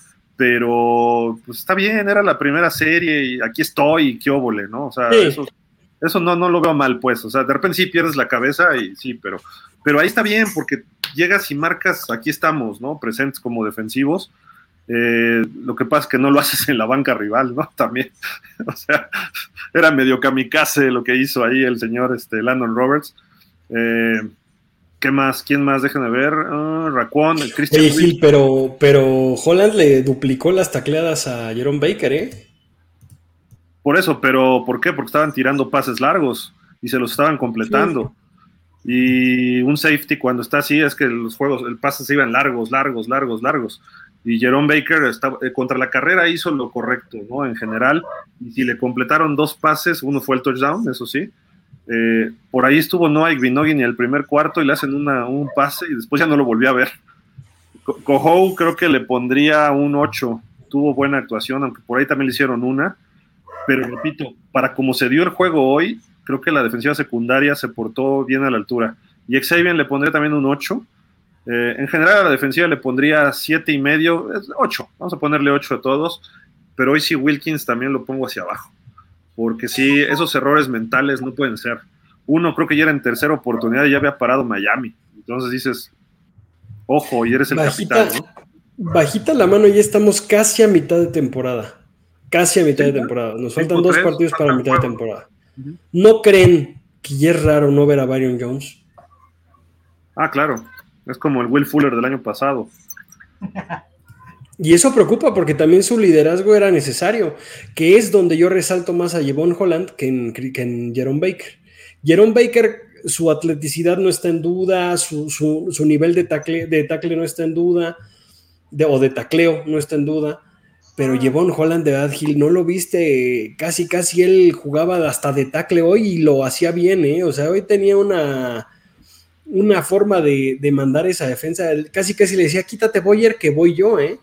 pero pues está bien, era la primera serie y aquí estoy y qué óvole, ¿no? O sea, sí. eso, eso no, no lo veo mal, pues, o sea, de repente sí pierdes la cabeza y sí, pero, pero ahí está bien, porque llegas y marcas, aquí estamos, ¿no? Presentes como defensivos. Eh, lo que pasa es que no lo haces en la banca rival, ¿no? También, o sea, era medio kamikaze lo que hizo ahí el señor este, Landon Roberts. Eh, ¿Qué más? ¿Quién más? Déjenme ver. Uh, Raquan, Christian. Oye, Gil, pero, pero Holland le duplicó las tacleadas a Jerome Baker, ¿eh? Por eso, pero ¿por qué? Porque estaban tirando pases largos y se los estaban completando. Sí. Y un safety cuando está así es que los juegos, el pase se iban largos, largos, largos, largos. Y Jerome Baker está, eh, contra la carrera hizo lo correcto, ¿no? En general, y si le completaron dos pases, uno fue el touchdown, eso sí. Eh, por ahí estuvo Noah Igbinoghene en el primer cuarto y le hacen una, un pase y después ya no lo volví a ver. Kohou creo que le pondría un ocho, tuvo buena actuación, aunque por ahí también le hicieron una, pero repito, para como se dio el juego hoy, creo que la defensiva secundaria se portó bien a la altura. Y Xavier le pondría también un ocho. Eh, en general a la defensiva le pondría siete y medio, ocho, vamos a ponerle ocho a todos, pero hoy sí Wilkins también lo pongo hacia abajo, porque sí, esos errores mentales no pueden ser. Uno, creo que ya era en tercera oportunidad y ya había parado Miami, entonces dices, ojo, y eres el bajita, capitán, ¿no? Bajita la mano, ya estamos casi a mitad de temporada, casi a mitad sí, de temporada, nos faltan cinco, dos tres, partidos para mitad juego. de temporada. Uh-huh. ¿No creen que ya es raro no ver a Byron Jones? Ah, claro. Es como el Will Fuller del año pasado. Y eso preocupa porque también su liderazgo era necesario, que es donde yo resalto más a Jevon Holland que en, que en Jerome Baker. Jerome Baker, su atleticidad no está en duda, su, su, su nivel de tackle, de tackle no está en duda, de, o de tacleo no está en duda, pero Jevon Holland de verdad, Gil, no lo viste, casi casi él jugaba hasta de tackle hoy y lo hacía bien, ¿eh? O sea, hoy tenía una... una forma de, de mandar esa defensa, casi casi le decía, quítate Boyer que voy yo, ¿eh?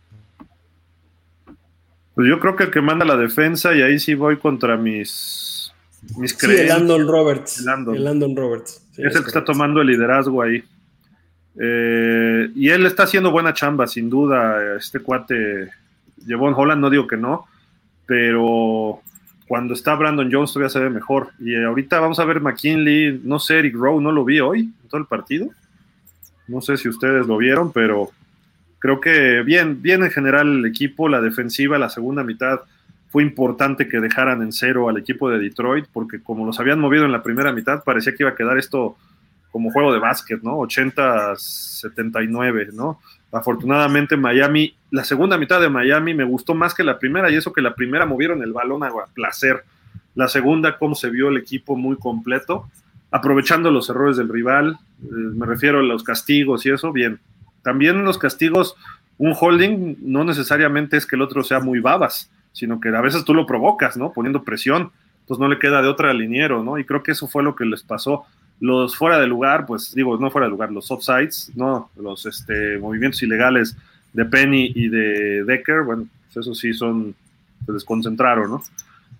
Pues yo creo que el que manda la defensa, y ahí sí voy contra mis, mis sí, creencias. El Landon Roberts. El Landon, el Landon Roberts. Sí, es, es el que está tomando el liderazgo ahí. Eh, y él está haciendo buena chamba, sin duda, este cuate, Jevon Holland, no digo que no, pero... cuando está Brandon Jones todavía se ve mejor. Y ahorita vamos a ver McKinley, no sé, Eric Rowe, no lo vi hoy en todo el partido. No sé si ustedes lo vieron, pero creo que bien, bien en general el equipo, la defensiva, la segunda mitad, fue importante que dejaran en cero al equipo de Detroit, porque como los habían movido en la primera mitad, parecía que iba a quedar esto como juego de básquet, ¿no? ochenta a setenta y nueve, ¿no? Afortunadamente Miami, la segunda mitad de Miami me gustó más que la primera, y eso que la primera movieron el balón a placer. La segunda, cómo se vio el equipo muy completo, aprovechando los errores del rival, eh, me refiero a los castigos y eso, bien. También los castigos, un holding no necesariamente es que el otro sea muy babas, sino que a veces tú lo provocas, ¿no? Poniendo presión, pues no le queda de otra al liniero, ¿no? Y creo que eso fue lo que les pasó. Los fuera de lugar, pues digo, no fuera de lugar, los offsides, no, los este, movimientos ilegales de Penny y de Decker, bueno, pues eso sí son, se desconcentraron, ¿no?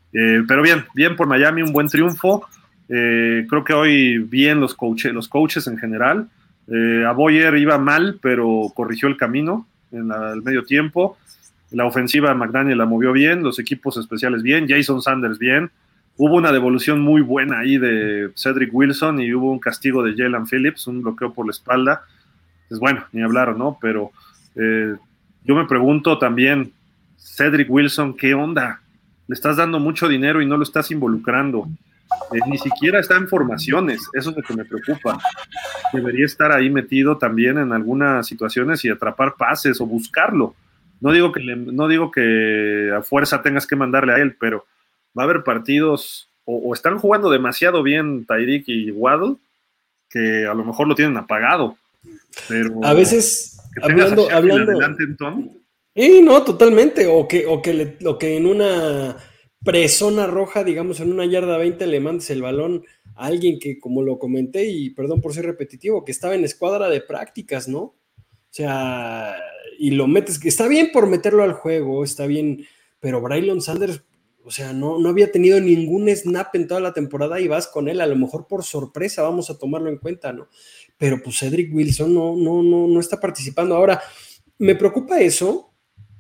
Eh, pero bien, bien por Miami, un buen triunfo. Eh, creo que hoy bien los, coaches, los coaches en general. Eh, a Boyer iba mal, pero corrigió el camino en la, el medio tiempo. La ofensiva McDaniel la movió bien, los equipos especiales bien, Jason Sanders bien. Hubo una devolución muy buena ahí de Cedric Wilson y hubo un castigo de Jalen Phillips, un bloqueo por la espalda. Pues bueno, ni hablar, ¿no? Pero eh, yo me pregunto también, Cedric Wilson, ¿qué onda? Le estás dando mucho dinero y no lo estás involucrando. Eh, ni siquiera está en formaciones, eso es lo que me preocupa. Debería estar ahí metido también en algunas situaciones y atrapar pases o buscarlo. No digo que, le, no digo que a fuerza tengas que mandarle a él, pero va a haber partidos, o, o están jugando demasiado bien Tyreek y Waddle, que a lo mejor lo tienen apagado. Pero a veces, que hablando, a hablando. Adelante, entonces. Sí, no, totalmente. O que, o que, le, o que en una presona roja, digamos, en una yarda veinte, le mandes el balón a alguien que, como lo comenté, y perdón por ser repetitivo, que estaba en escuadra de prácticas, ¿no? O sea, y lo metes, que está bien por meterlo al juego, está bien, pero Braylon Sanders, o sea, no, no había tenido ningún snap en toda la temporada y vas con él, a lo mejor por sorpresa, vamos a tomarlo en cuenta, ¿no? Pero pues Cedric Wilson no, no, no, no está participando. Ahora, me preocupa eso,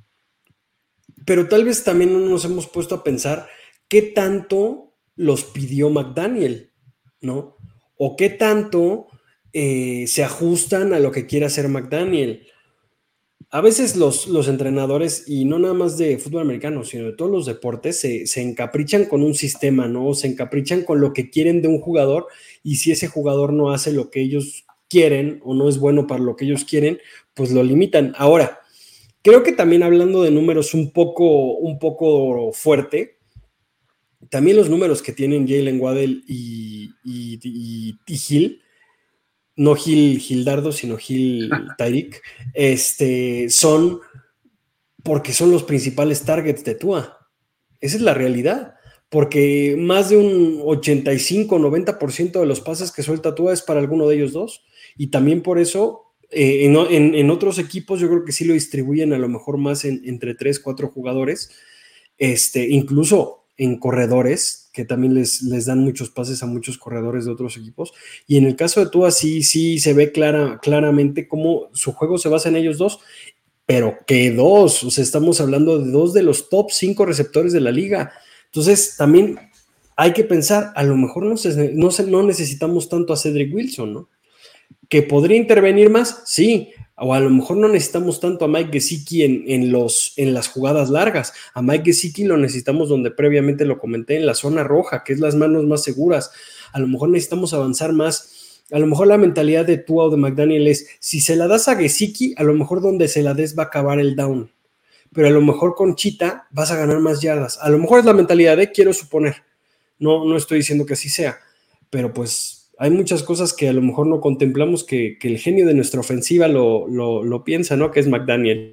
pero tal vez también no nos hemos puesto a pensar qué tanto los pidió McDaniel, ¿no? O qué tanto eh, se ajustan a lo que quiere hacer McDaniel. A veces los, los entrenadores, y no nada más de fútbol americano, sino de todos los deportes, se, se encaprichan con un sistema, ¿no? Se encaprichan con lo que quieren de un jugador, y si ese jugador no hace lo que ellos quieren o no es bueno para lo que ellos quieren, pues lo limitan. Ahora, creo que también hablando de números un poco, un poco fuerte, también los números que tienen Jalen Waddle y, y, y, y Hill, no Gil Gildardo, sino Gil Tyreek, este, son porque son los principales targets de Tua. Esa es la realidad. Porque más de un ochenta y cinco noventa por ciento de los pases que suelta Tua es para alguno de ellos dos. Y también por eso, eh, en, en, en otros equipos yo creo que sí lo distribuyen a lo mejor más en, entre tres, cuatro jugadores. Este, incluso en corredores, que también les, les dan muchos pases a muchos corredores de otros equipos. Y en el caso de Tua sí, sí se ve clara, claramente cómo su juego se basa en ellos dos. Pero ¿qué dos? O sea, estamos hablando de dos de los top cinco receptores de la liga. Entonces, también hay que pensar, a lo mejor no, se, no, se, no necesitamos tanto a Cedric Wilson, ¿no? ¿Que podría intervenir más? Sí. O a lo mejor no necesitamos tanto a Mike Gesicki en, en, los, en las jugadas largas. A Mike Gesicki lo necesitamos donde previamente lo comenté, en la zona roja, que es las manos más seguras. A lo mejor necesitamos avanzar más. A lo mejor la mentalidad de Tua o de McDaniel es, si se la das a Gesicki, a lo mejor donde se la des va a acabar el down. Pero a lo mejor con Chita vas a ganar más yardas. A lo mejor es la mentalidad de, quiero suponer. No, no estoy diciendo que así sea. Pero pues hay muchas cosas que a lo mejor no contemplamos que, que el genio de nuestra ofensiva lo, lo, lo piensa, ¿no? Que es McDaniel.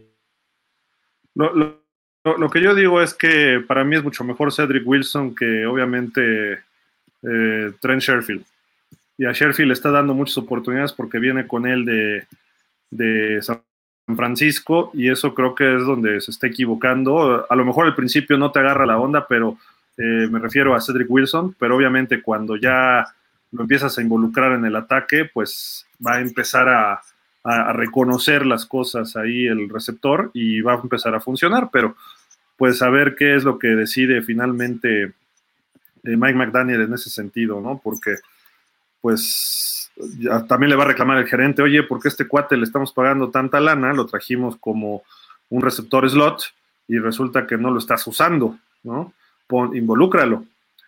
Lo, lo, lo que yo digo es que para mí es mucho mejor Cedric Wilson que obviamente eh, Trent Sherfield. Y a Sherfield le está dando muchas oportunidades porque viene con él de, de San Francisco y eso creo que es donde se está equivocando. A lo mejor al principio no te agarra la onda, pero eh, me refiero a Cedric Wilson, pero obviamente cuando ya lo empiezas a involucrar en el ataque, pues va a empezar a, a, a reconocer las cosas ahí el receptor y va a empezar a funcionar, pero pues a ver qué es lo que decide finalmente eh, Mike McDaniel en ese sentido, ¿no? Porque pues ya, también le va a reclamar el gerente, oye, ¿por qué este cuate le estamos pagando tanta lana? Lo trajimos como un receptor slot y resulta que no lo estás usando, ¿no? Pon, involúcralo.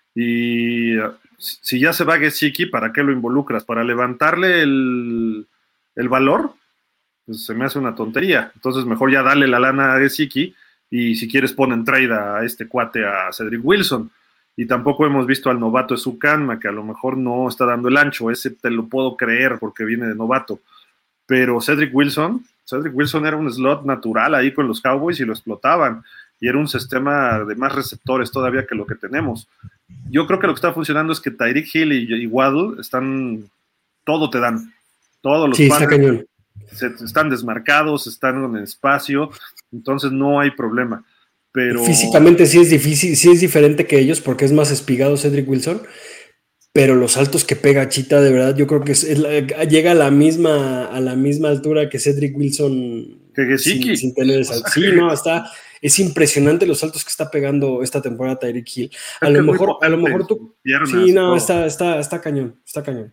Y si ya se va Gesicki, ¿para qué lo involucras? ¿Para levantarle el, el valor? Pues se me hace una tontería. Entonces mejor ya dale la lana a Gesicki y si quieres pon en trade a este cuate, a Cedric Wilson. Y tampoco hemos visto al novato Ezukanma, que a lo mejor no está dando el ancho. Ese te lo puedo creer porque viene de novato. Pero Cedric Wilson, Cedric Wilson era un slot natural ahí con los Cowboys y lo explotaban. Y era un sistema de más receptores todavía que lo que tenemos. Yo creo que lo que está funcionando es que Tyreek Hill y, y Waddle están, todo te dan. Todos los sí, está cañón. Se, están desmarcados, están en espacio, entonces no hay problema. pero... Físicamente sí es difícil, sí es diferente que ellos porque es más espigado Cedric Wilson, pero los saltos que pega Chita, de verdad, yo creo que es, es la, llega a la misma a la misma altura que Cedric Wilson que sin, sin tener esa. Sí, no, está, es impresionante los saltos que está pegando esta temporada Tyreek Hill. A es lo que mejor, a lo mejor tú. Sí, no, está, está, está cañón, está cañón.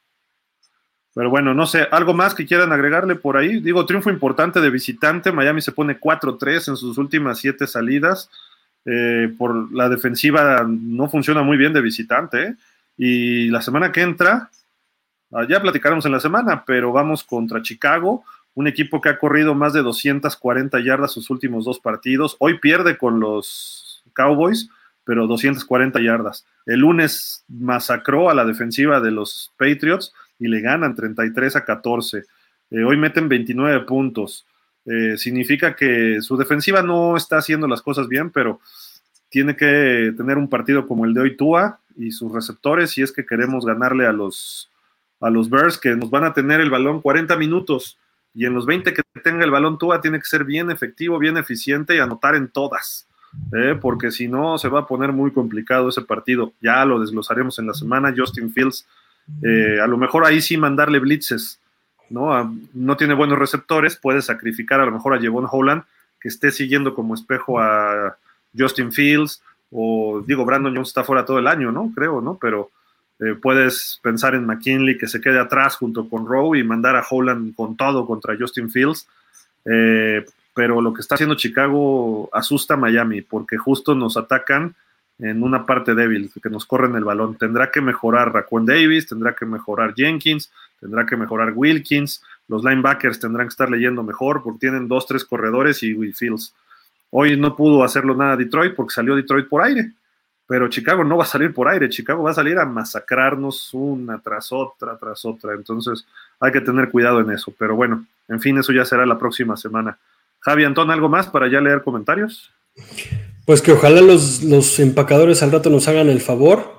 Pero bueno, no sé, algo más que quieran agregarle por ahí. Digo, triunfo importante de visitante. Miami se pone cuatro tres en sus últimas siete salidas. Eh, por la defensiva no funciona muy bien de visitante. ¿eh? Y la semana que entra, ya platicaremos en la semana, pero vamos contra Chicago, un equipo que ha corrido más de doscientas cuarenta yardas sus últimos dos partidos. Hoy pierde con los Cowboys, pero doscientas cuarenta yardas. El lunes masacró a la defensiva de los Patriots y le ganan treinta y tres a catorce. Eh, hoy meten veintinueve puntos. Eh, significa que su defensiva no está haciendo las cosas bien, pero tiene que tener un partido como el de hoy Tua y sus receptores si es que queremos ganarle a los, a los Bears, que nos van a tener el balón cuarenta minutos y en los veinte que tenga el balón Tua tiene que ser bien efectivo, bien eficiente y anotar en todas. Eh, porque si no se va a poner muy complicado ese partido. Ya lo desglosaremos en la semana. Justin Fields, eh, a lo mejor ahí sí mandarle blitzes, ¿no? A, no tiene buenos receptores, puede sacrificar a lo mejor a Jevon Holland, que esté siguiendo como espejo a Justin Fields, o digo, Brandon Jones está fuera todo el año, ¿no? Creo, ¿no? Pero eh, puedes pensar en McKinley que se quede atrás junto con Rowe y mandar a Holland con todo contra Justin Fields. Eh, pero lo que está haciendo Chicago asusta a Miami, porque justo nos atacan en una parte débil, que nos corren el balón. Tendrá que mejorar Raquan Davis, tendrá que mejorar Jenkins, tendrá que mejorar Wilkins, los linebackers tendrán que estar leyendo mejor, porque tienen dos, tres corredores y Will Fields. Hoy no pudo hacerlo nada Detroit, porque salió Detroit por aire, pero Chicago no va a salir por aire, Chicago va a salir a masacrarnos una tras otra, tras otra, entonces hay que tener cuidado en eso, pero bueno, en fin, eso ya será la próxima semana. Javi, Antón, ¿algo más para ya leer comentarios? Pues que ojalá los, los empacadores al rato nos hagan el favor,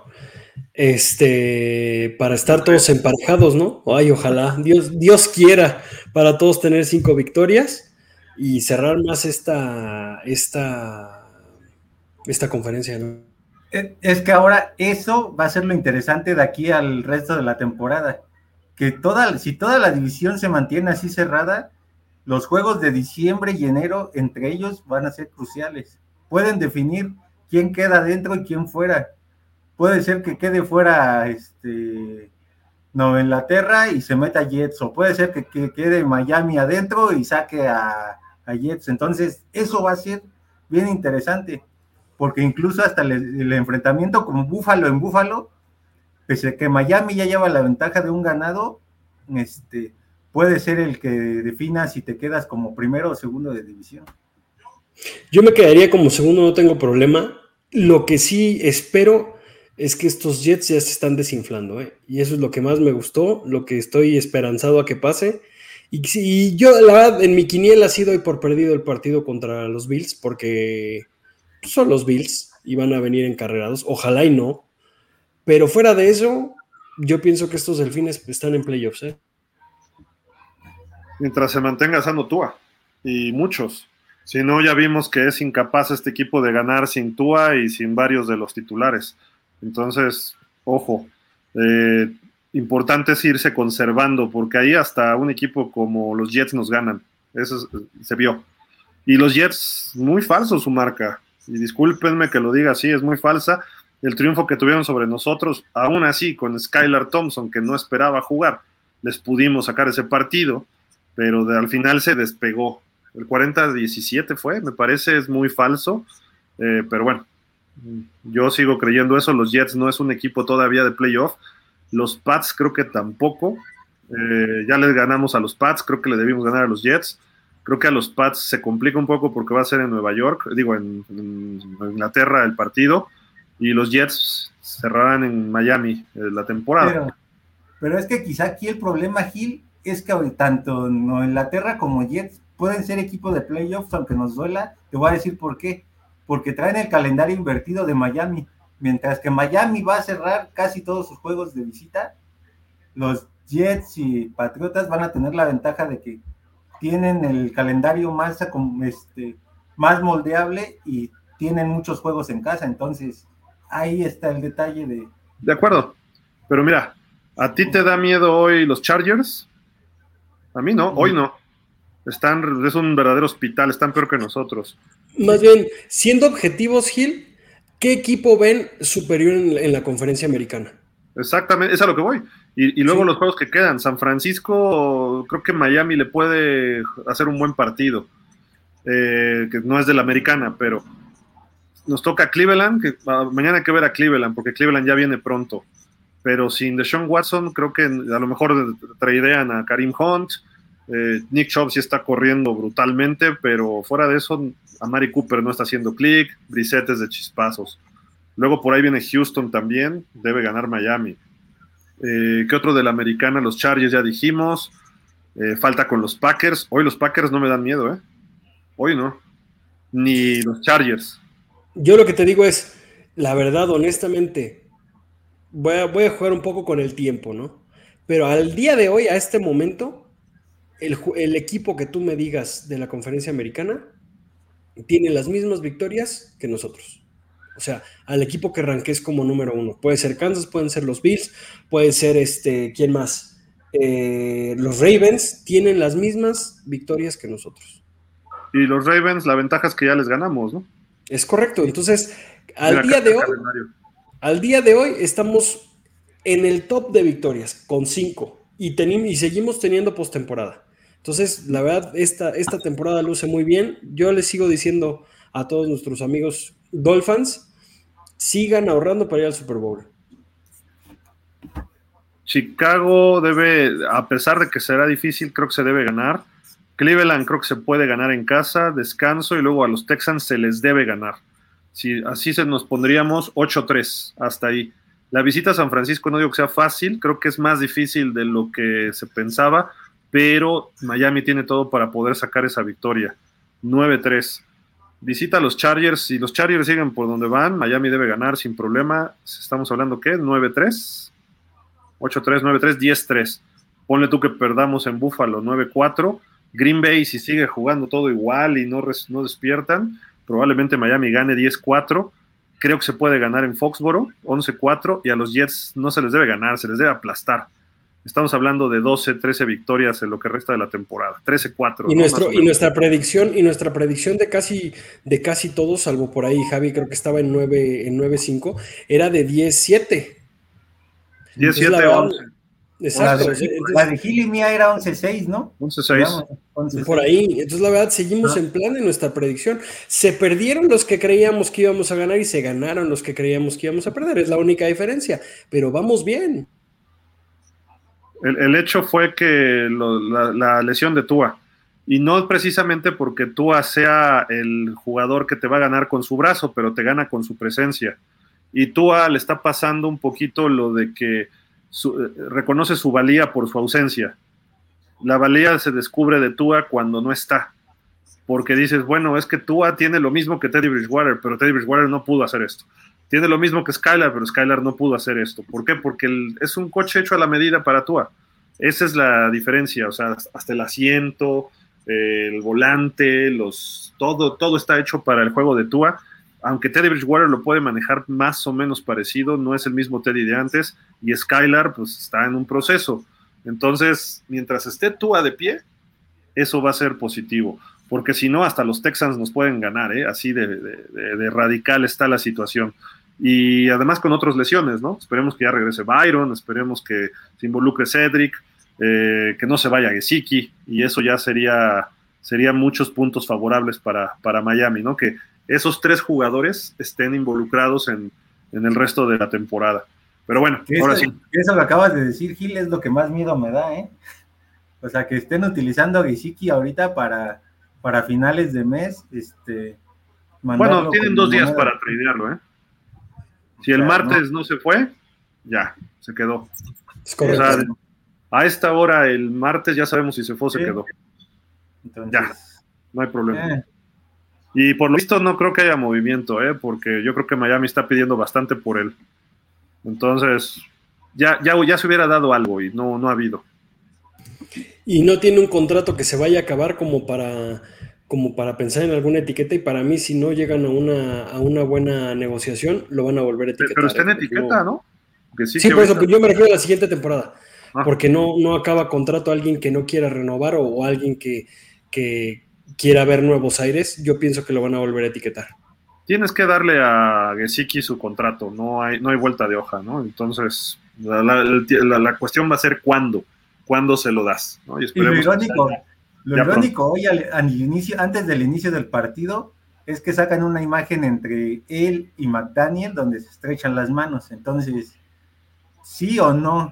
este, para estar todos emparejados, ¿no? Ay, ojalá, Dios, Dios quiera, para todos tener cinco victorias y cerrar más esta, esta, esta conferencia, ¿no? Es que ahora eso va a ser lo interesante de aquí al resto de la temporada, que toda, si toda la división se mantiene así cerrada, los juegos de diciembre y enero entre ellos van a ser cruciales. Pueden definir quién queda dentro y quién fuera. Puede ser que quede fuera este, Nueva Inglaterra y se meta Jets, o puede ser que, que quede Miami adentro y saque a, a Jets. Entonces, eso va a ser bien interesante, porque incluso hasta el, el enfrentamiento como Búfalo en Búfalo, pese a que Miami ya lleva la ventaja de un ganado, este, puede ser el que defina si te quedas como primero o segundo de división. Yo me quedaría como segundo, no tengo problema. Lo que sí espero es que estos Jets ya se están desinflando, ¿eh? Y eso es lo que más me gustó, lo que estoy esperanzado a que pase. Y, y yo, la verdad, en mi quiniela sí doy por perdido el partido contra los Bills, porque son los Bills y van a venir encarrerados. Ojalá y no. Pero fuera de eso, yo pienso que estos Delfines están en playoffs, ¿eh? Mientras se mantenga sano Tua, y muchos. Si no, ya vimos que es incapaz este equipo de ganar sin Tua y sin varios de los titulares. Entonces, ojo, eh, importante es irse conservando, porque ahí hasta un equipo como los Jets nos ganan. Eso es, se vio. Y los Jets, muy falso su marca. Y discúlpenme que lo diga así, es muy falsa. El triunfo que tuvieron sobre nosotros, aún así, con Skylar Thompson, que no esperaba jugar, les pudimos sacar ese partido, pero de, al final se despegó. El cuarenta a diecisiete fue, me parece, es muy falso, eh, pero bueno, yo sigo creyendo eso. Los Jets no es un equipo todavía de playoff, los Pats creo que tampoco, eh, ya les ganamos a los Pats, creo que le debimos ganar a los Jets, creo que a los Pats se complica un poco porque va a ser en Nueva York, digo en, en Inglaterra el partido, y los Jets cerrarán en Miami eh, la temporada. Pero, pero es que quizá aquí el problema, Gil, es que tanto no Inglaterra como Jets pueden ser equipo de playoffs, aunque nos duela. Te voy a decir por qué. Porque traen el calendario invertido de Miami. Mientras que Miami va a cerrar casi todos sus juegos de visita, los Jets y Patriotas van a tener la ventaja de que tienen el calendario más este, más moldeable y tienen muchos juegos en casa, entonces ahí está el detalle de... De acuerdo, pero mira, ¿a ti te da miedo hoy los Chargers? A mí no, hoy no. Están, es un verdadero hospital, están peor que nosotros. Más bien, siendo objetivos, Gil, ¿qué equipo ven superior en, en la conferencia americana? Exactamente, es a lo que voy. Y, y luego Sí. los juegos que quedan. San Francisco, creo que Miami le puede hacer un buen partido. Eh, que no es de la americana, pero nos toca Cleveland, que uh, mañana hay que ver a Cleveland, porque Cleveland ya viene pronto. Pero sin Deshaun Watson, creo que a lo mejor tradean a Kareem Hunt. Eh, Nick Chubb sí está corriendo brutalmente, pero fuera de eso, Amari Cooper no está haciendo clic, Brissett es de chispazos. Luego por ahí viene Houston también, debe ganar Miami. Eh, ¿Qué otro de la americana? Los Chargers ya dijimos. Eh, falta con los Packers. Hoy los Packers no me dan miedo, ¿eh? Hoy no. Ni los Chargers. Yo lo que te digo es, la verdad, honestamente, voy a, voy a jugar un poco con el tiempo, ¿no? Pero al día de hoy, a este momento, el, el equipo que tú me digas de la conferencia americana tiene las mismas victorias que nosotros. O sea, al equipo que ranqués como número uno. Puede ser Kansas, pueden ser los Bills, puede ser este, ¿quién más? Eh, los Ravens tienen las mismas victorias que nosotros. Y los Ravens, la ventaja es que ya les ganamos, ¿no? Es correcto. Entonces, al Mira, día de hoy, calendario. al día de hoy estamos en el top de victorias con cinco y, tenim- y seguimos teniendo postemporada. Entonces, la verdad, esta, esta temporada luce muy bien. Yo les sigo diciendo a todos nuestros amigos Dolphins, sigan ahorrando para ir al Super Bowl. Chicago debe, a pesar de que será difícil, creo que se debe ganar. Cleveland creo que se puede ganar en casa, descanso, y luego a los Texans se les debe ganar. Si así se nos pondríamos ocho tres hasta ahí. La visita a San Francisco no digo que sea fácil, creo que es más difícil de lo que se pensaba, pero Miami tiene todo para poder sacar esa victoria. nueve tres. Visita a los Chargers, si los Chargers siguen por donde van, Miami debe ganar sin problema. Estamos hablando, ¿qué? nueve tres, ocho tres, nueve tres, diez tres. Ponle tú que perdamos en Buffalo nueve cuatro. Green Bay, si sigue jugando todo igual y no, res, no despiertan, probablemente Miami gane diez cuatro. Creo que se puede ganar en Foxboro, once cuatro, y a los Jets no se les debe ganar, se les debe aplastar. Estamos hablando de doce, trece victorias en lo que resta de la temporada, trece cuatro. Y, ¿no? nuestro, y nuestra predicción, y nuestra predicción de casi, de casi todos, salvo por ahí, Javi, creo que estaba en nueve, en nueve cinco, era de diez siete. diez siete, once. Exacto. La de, entonces, la de Gil y mía era once seis, ¿no? once seis. Por ahí. Entonces, la verdad, seguimos ah. en plan de nuestra predicción. Se perdieron los que creíamos que íbamos a ganar y se ganaron los que creíamos que íbamos a perder. Es la única diferencia. Pero vamos bien. El, el hecho fue que lo, la, la lesión de Tua. Y no precisamente porque Tua sea el jugador que te va a ganar con su brazo, pero te gana con su presencia. Y Tua le está pasando un poquito lo de que Su, eh, reconoce su valía por su ausencia. La valía se descubre de Tua cuando no está, porque dices, bueno, es que Tua tiene lo mismo que Teddy Bridgewater, pero Teddy Bridgewater no pudo hacer esto. Tiene lo mismo que Skylar, pero Skylar no pudo hacer esto. ¿Por qué? Porque el, es un coche hecho a la medida para Tua. Esa es la diferencia, o sea, hasta el asiento, eh, el volante, los, todo, todo está hecho para el juego de Tua. Aunque Teddy Bridgewater lo puede manejar más o menos parecido, no es el mismo Teddy de antes, y Skylar pues está en un proceso. Entonces, mientras esté Tua de pie, eso va a ser positivo, porque si no, hasta los Texans nos pueden ganar, ¿eh? Así de, de, de, de radical está la situación. Y además con otras lesiones, ¿no? Esperemos que ya regrese Byron, esperemos que se involucre Cedric, eh, que no se vaya Gesicki, y eso ya sería, sería muchos puntos favorables para, para Miami, ¿no? Que esos tres jugadores estén involucrados en, en el resto de la temporada. Pero bueno, eso, ahora sí. Eso lo acabas de decir, Gil, es lo que más miedo me da, ¿eh? O sea, que estén utilizando a Gesicki ahorita para, para finales de mes. Este, bueno, tienen dos días moneda. para tradearlo, ¿eh? Si el claro, martes no. no se fue, ya, se quedó. Es correcto. O sea, a esta hora, el martes, ya sabemos si se fue o sí. se quedó. Entonces, ya, no hay problema. Eh. Y por lo visto no creo que haya movimiento, ¿eh? Porque yo creo que Miami está pidiendo bastante por él. Entonces, ya, ya, ya se hubiera dado algo y no, no ha habido. Y no tiene un contrato que se vaya a acabar como para, como para pensar en alguna etiqueta, y para mí si no llegan a una, a una buena negociación, lo van a volver a etiquetar. Pero está en ¿eh? etiqueta, no, ¿no? Que sí, sí, que por ahorita... eso yo me refiero a la siguiente temporada, Ah. porque no, no acaba contrato a alguien que no quiera renovar o, o alguien que, que quiera ver nuevos aires. Yo pienso que lo van a volver a etiquetar. Tienes que darle a Gesicki su contrato, no hay, no hay vuelta de hoja, ¿no? Entonces, la, la, la, la cuestión va a ser cuándo, cuándo se lo das, ¿no? Y, y lo esperemos irónico, ya, lo ya irónico hoy al, al inicio, antes del inicio del partido, es que sacan una imagen entre él y McDaniel donde se estrechan las manos. Entonces, ¿sí o no?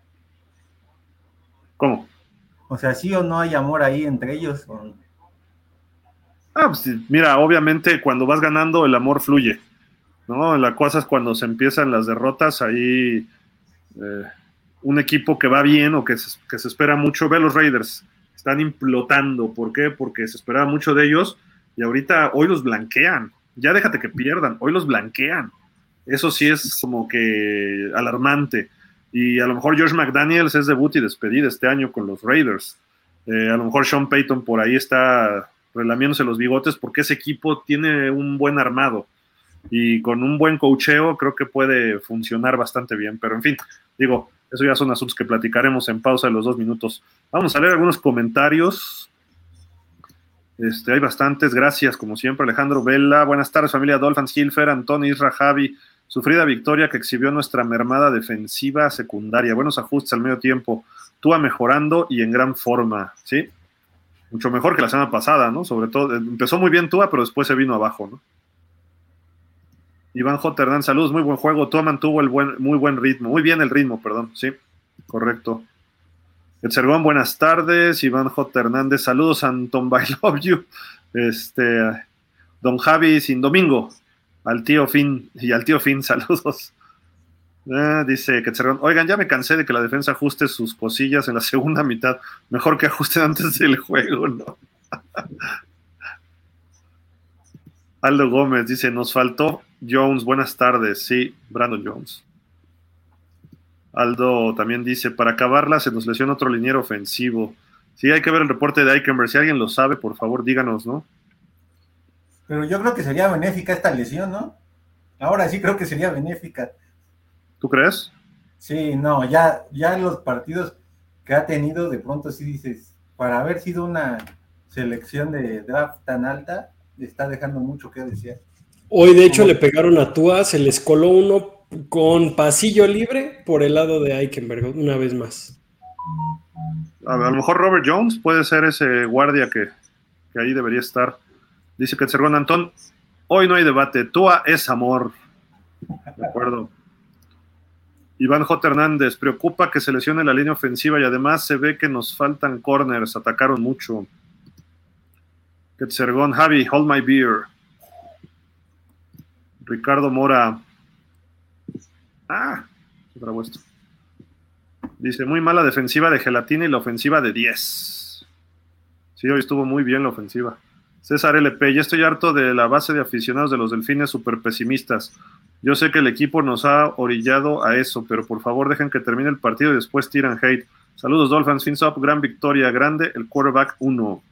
¿Cómo? O sea, ¿sí o no hay amor ahí entre ellos? ¿O? Ah, pues mira, obviamente cuando vas ganando el amor fluye, ¿no? La cosa es cuando se empiezan las derrotas, ahí eh, un equipo que va bien o que se, que se espera mucho, ve a los Raiders, están implotando, ¿por qué? Porque se esperaba mucho de ellos y ahorita hoy los blanquean, ya déjate que pierdan, hoy los blanquean, eso sí es como que alarmante, y a lo mejor Josh McDaniels es debut y despedida este año con los Raiders, eh, a lo mejor Sean Payton por ahí está relamiéndose los bigotes porque ese equipo tiene un buen armado y con un buen coacheo creo que puede funcionar bastante bien, pero en fin, digo, eso ya son asuntos que platicaremos en pausa de los dos minutos. Vamos a leer algunos comentarios. Este, hay bastantes, gracias como siempre Alejandro Vela, buenas tardes familia Dolphins, Hilfer, Antón, Isra, Javi, sufrida victoria que exhibió nuestra mermada defensiva secundaria, buenos ajustes al medio tiempo, Tua mejorando y en gran forma, ¿sí? Mucho mejor que la semana pasada, ¿no? Sobre todo, empezó muy bien Tua, pero después se vino abajo, ¿no? Iván J. Hernán, saludos, muy buen juego, Tua mantuvo el buen, muy buen ritmo, muy bien el ritmo, perdón, sí, correcto. Etzergón, buenas tardes. Iván J. Hernández, saludos, Anton, I love you. Este, don Javi Sin Domingo, al tío Fin, y al tío Fin, saludos. Eh, dice Quetzergón, oigan, ya me cansé de que la defensa ajuste sus cosillas en la segunda mitad. Mejor que ajusten antes del juego, ¿no? Aldo Gómez dice, nos faltó Jones, buenas tardes. Sí, Brandon Jones. Aldo también dice, para acabarla se nos lesiona otro liniero ofensivo. Sí, hay que ver el reporte de Eichenberg. Si alguien lo sabe, por favor, díganos, ¿no? Pero yo creo que sería benéfica esta lesión, ¿no? Ahora sí creo que sería benéfica. ¿Tú crees? Sí, no, ya, ya los partidos que ha tenido, de pronto sí dices, para haber sido una selección de draft tan alta, está dejando mucho que desear. Hoy, de hecho, le pegaron a Tua, se les coló uno con pasillo libre por el lado de Eichenberg, una vez más. A, a lo mejor Robert Jones puede ser ese guardia que, que ahí debería estar. Dice que Cerrón Antón, hoy no hay debate, Tua es amor. De acuerdo. Iván J. Hernández, preocupa que se lesione la línea ofensiva y además se ve que nos faltan corners, atacaron mucho. Quetzergón, Javi, hold my beer. Ricardo Mora. Ah, se trabó esto. Dice, muy mala defensiva de Gelatina y la ofensiva de diez. Sí, hoy estuvo muy bien la ofensiva. César L P, ya estoy harto de la base de aficionados de los Delfines súper pesimistas. Yo sé que el equipo nos ha orillado a eso, pero por favor dejen que termine el partido y después tiran hate. Saludos Dolphins, fins up, gran victoria, grande, el quarterback uno.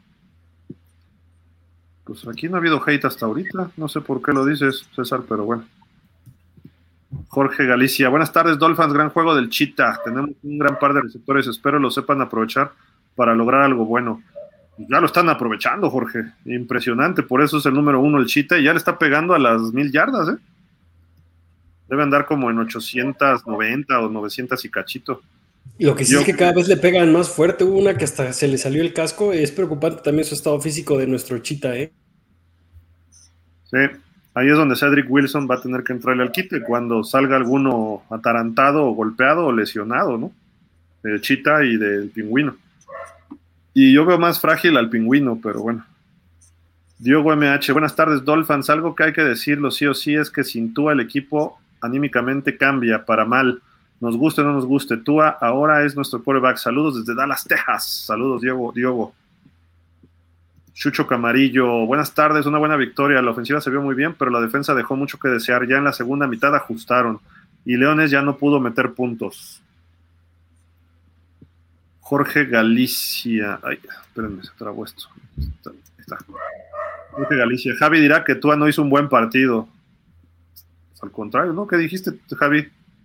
Pues aquí no ha habido hate hasta ahorita, no sé por qué lo dices, César, pero bueno. Jorge Galicia, buenas tardes Dolphins, gran juego del Cheetah, tenemos un gran par de receptores, espero lo sepan aprovechar para lograr algo bueno. Ya lo están aprovechando, Jorge, impresionante, por eso es el número uno el Cheetah y ya le está pegando a las mil yardas, ¿eh? Debe andar como en ochocientos noventa o novecientos y cachito. Lo que sí Yo, es que cada vez le pegan más fuerte. Hubo una que hasta se le salió el casco. Es preocupante también su estado físico de nuestro Cheetah, ¿eh? Sí, ahí es donde Cedric Wilson va a tener que entrarle al quite cuando salga alguno atarantado o golpeado o lesionado, ¿no? Del Cheetah y del Pingüino. Y yo veo más frágil al Pingüino, pero bueno. Diogo M H, buenas tardes Dolphins. Algo que hay que decirlo sí o sí es que sin Tua el equipo anímicamente cambia para mal. Nos guste o no nos guste. Tua ahora es nuestro quarterback. Saludos desde Dallas, Texas. Saludos, Diogo. Diogo. Chucho Camarillo. Buenas tardes. Una buena victoria. La ofensiva se vio muy bien, pero la defensa dejó mucho que desear. Ya en la segunda mitad ajustaron. Y Leones ya no pudo meter puntos. Jorge Galicia. Ay, espérenme, se trabó esto. Está, está. Jorge Galicia. Javi dirá que Tua no hizo un buen partido. Al contrario, ¿no? ¿Qué dijiste, Javi?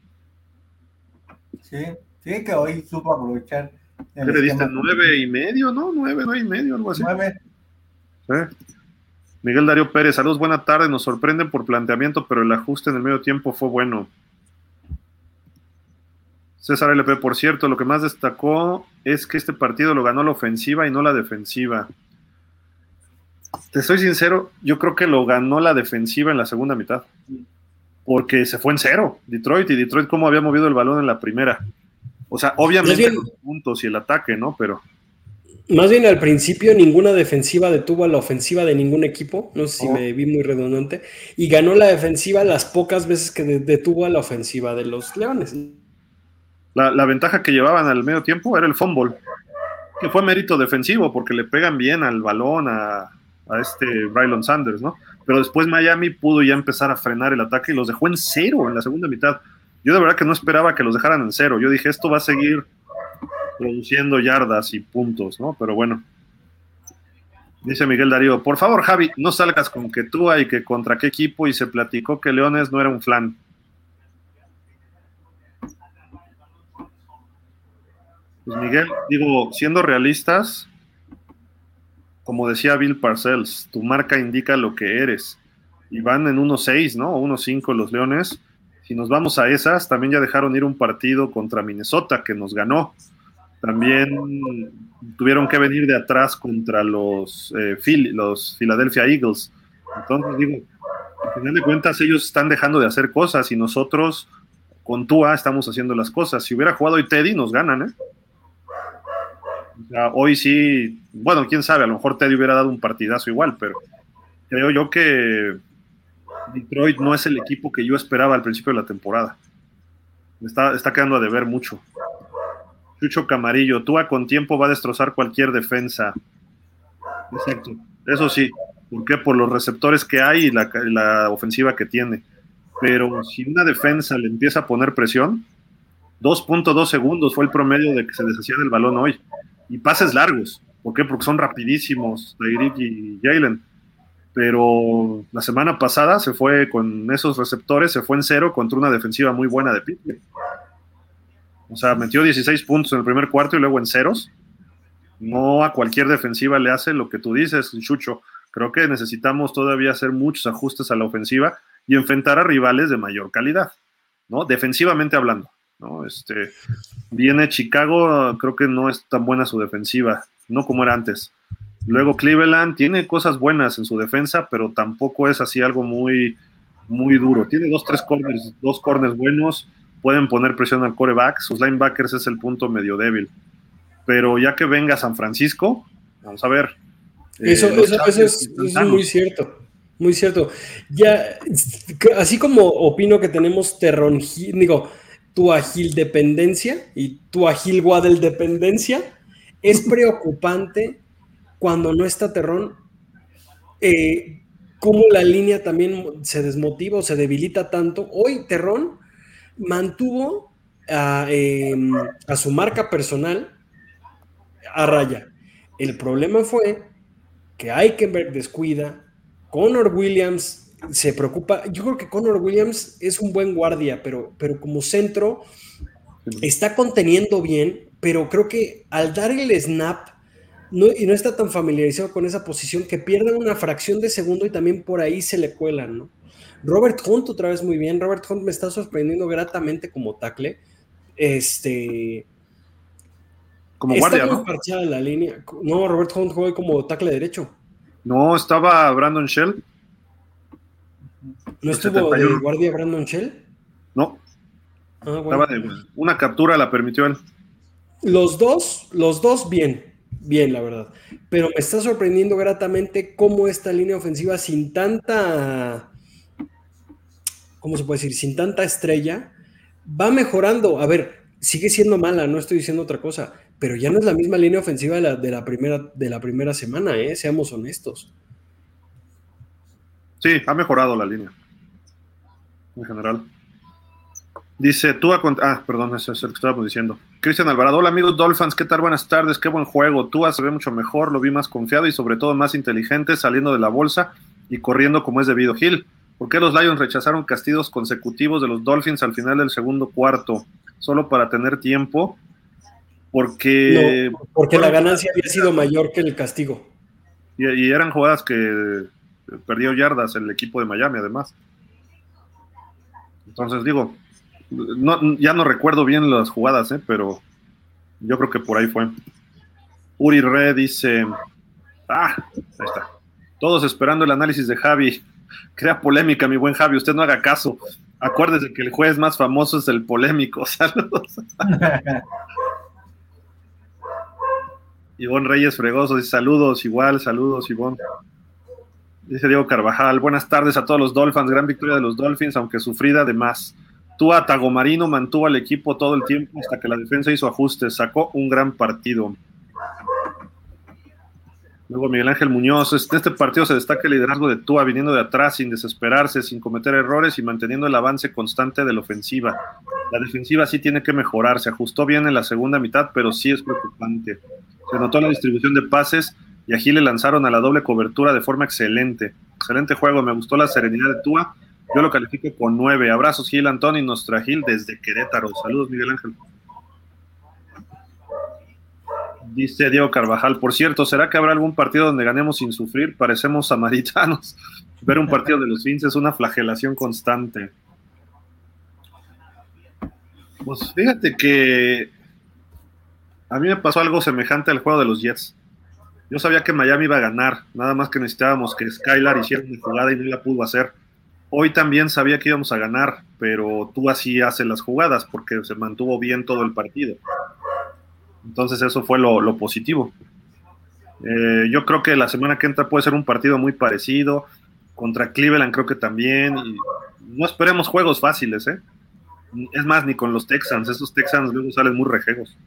Sí, sí, que hoy supo aprovechar. ¿Qué le diste? Nueve y medio, ¿no? Nueve, nueve y medio, algo así. Nueve. ¿Eh? Miguel Darío Pérez, saludos, buena tarde. Nos sorprenden por planteamiento, pero el ajuste en el medio tiempo fue bueno. César L P, por cierto, lo que más destacó es que este partido lo ganó la ofensiva y no la defensiva. Te soy sincero, yo creo que lo ganó la defensiva en la segunda mitad. Porque se fue en cero, Detroit, y Detroit cómo había movido el balón en la primera. O sea, obviamente bien, los puntos y el ataque, ¿no? Pero... Más bien al principio ninguna defensiva detuvo a la ofensiva de ningún equipo, no sé si oh. me vi muy redundante, y ganó la defensiva las pocas veces que detuvo a la ofensiva de los Leones. La, la ventaja que llevaban al medio tiempo era el fumble, que fue mérito defensivo, porque le pegan bien al balón a, a este Braylon Sanders, ¿no? Pero después Miami pudo ya empezar a frenar el ataque y los dejó en cero en la segunda mitad. Yo de verdad que no esperaba que los dejaran en cero. Yo dije, esto va a seguir produciendo yardas y puntos, ¿no? Pero bueno. Dice Miguel Darío, por favor, Javi, no salgas con que tú y que contra qué equipo, y se platicó que Leones no era un flan. Pues Miguel, digo, siendo realistas, como decía Bill Parcells, tu marca indica lo que eres. Y van en uno seis, ¿no? O uno cinco los Leones. Si nos vamos a esas, también ya dejaron ir un partido contra Minnesota que nos ganó. También tuvieron que venir de atrás contra los, eh, Phil, los Philadelphia Eagles. Entonces, digo, al final de cuentas ellos están dejando de hacer cosas y nosotros con Tua estamos haciendo las cosas. Si hubiera jugado hoy Teddy, nos ganan, ¿eh? O sea, hoy sí, bueno, quién sabe, a lo mejor Teddy hubiera dado un partidazo igual, pero creo yo que Detroit no es el equipo que yo esperaba al principio de la temporada. Está, está quedando a deber mucho. Chucho Camarillo, Tua con tiempo va a destrozar cualquier defensa. Exacto, eso sí. ¿Por qué? Por los receptores que hay y la, la ofensiva que tiene. Pero si una defensa le empieza a poner presión, dos punto dos segundos fue el promedio de que se deshacía del balón hoy. Y pases largos. ¿Por qué? Porque son rapidísimos, Tyreek y Jalen. Pero la semana pasada se fue con esos receptores, se fue en cero contra una defensiva muy buena de Pittsburgh. O sea, metió dieciséis puntos en el primer cuarto y luego en ceros. No a cualquier defensiva le hace lo que tú dices, Chucho. Creo que necesitamos todavía hacer muchos ajustes a la ofensiva y enfrentar a rivales de mayor calidad, ¿no? Defensivamente hablando, ¿no? Este, viene Chicago, creo que no es tan buena su defensiva, no como era antes. Luego Cleveland tiene cosas buenas en su defensa, pero tampoco es así algo muy, muy duro. Tiene dos, tres corners, dos corners buenos, pueden poner presión al quarterback, sus linebackers es el punto medio débil. Pero ya que venga San Francisco, vamos a ver. Eso, eh, eso, eso, es, eso es muy cierto, muy cierto. Ya, así como opino que tenemos terrón, digo, tu agil dependencia y tu agil guadel dependencia, es preocupante cuando no está Terrón, eh, cómo la línea también se desmotiva o se debilita tanto. Hoy Terrón mantuvo a, eh, a su marca personal a raya. El problema fue que Eichenberg descuida, Connor Williams se preocupa. Yo creo que Connor Williams es un buen guardia, pero, pero como centro está conteniendo bien, pero creo que al dar el snap no, y no está tan familiarizado con esa posición que pierden una fracción de segundo y también por ahí se le cuelan, ¿no? Robert Hunt otra vez muy bien. Robert Hunt me está sorprendiendo gratamente como tackle. Este... Como guardia, ¿no? Parchada la línea. No, Robert Hunt jugó como tackle derecho. No, estaba Brandon Shell. ¿No estuvo de guardia Brandon Shell? No. Ah, bueno. Estaba de, una captura la permitió él. Los dos, los dos bien, bien, la verdad. Pero me está sorprendiendo gratamente cómo esta línea ofensiva sin tanta, ¿cómo se puede decir? Sin tanta estrella, va mejorando. A ver, sigue siendo mala, no estoy diciendo otra cosa, pero ya no es la misma línea ofensiva de la, de la, primera, de la primera semana, ¿eh? Seamos honestos. Sí, ha mejorado la línea, en general. Dice, tú a cont- ah, perdón, eso es lo que estábamos diciendo. Cristian Alvarado, hola amigos Dolphins, ¿qué tal? Buenas tardes, qué buen juego. Tua se ve mucho mejor, lo vi más confiado y sobre todo más inteligente saliendo de la bolsa y corriendo como es debido. Gil, ¿por qué los Lions rechazaron castigos consecutivos de los Dolphins al final del segundo cuarto? Solo para tener tiempo. Porque... No, porque la ganancia había sido mayor que el castigo. Y, y eran jugadas que perdió yardas el equipo de Miami, además. Entonces, digo, no, ya no recuerdo bien las jugadas, ¿eh? Pero yo creo que por ahí fue. Uri Re dice... Ah, ahí está. Todos esperando el análisis de Javi. Crea polémica, mi buen Javi. Usted no haga caso. Acuérdese que el juez más famoso es el polémico. Saludos. Ivonne Reyes Fregoso dice saludos, igual, saludos, Ivonne. Dice Diego Carvajal, buenas tardes a todos los Dolphins, gran victoria de los Dolphins, aunque sufrida de más. Tua Tagomarino mantuvo al equipo todo el tiempo hasta que la defensa hizo ajustes, sacó un gran partido. Luego Miguel Ángel Muñoz, en este partido se destaca el liderazgo de Tua, viniendo de atrás, sin desesperarse, sin cometer errores y manteniendo el avance constante de la ofensiva. La defensiva sí tiene que mejorar, se ajustó bien en la segunda mitad, pero sí es preocupante. Se notó la distribución de pases y a Gil le lanzaron a la doble cobertura de forma excelente. Excelente juego, me gustó la serenidad de Tua. Yo lo califico con nueve. Abrazos, Gil Antoni, Nostra Gil desde Querétaro. Saludos, Miguel Ángel. Dice Diego Carvajal, por cierto, ¿será que habrá algún partido donde ganemos sin sufrir? Parecemos samaritanos. Ver un partido de los Fins es una flagelación constante. Pues fíjate que a mí me pasó algo semejante al juego de los Jets. Yo sabía que Miami iba a ganar, nada más que necesitábamos que Skylar hiciera una jugada y no la pudo hacer. Hoy también sabía que íbamos a ganar, pero tú así haces las jugadas porque se mantuvo bien todo el partido. Entonces eso fue lo, lo positivo. Eh, yo creo que la semana que entra puede ser un partido muy parecido. Contra Cleveland creo que también. Y no esperemos juegos fáciles, ¿eh? Es más, ni con los Texans. Esos Texans luego salen muy rejegos.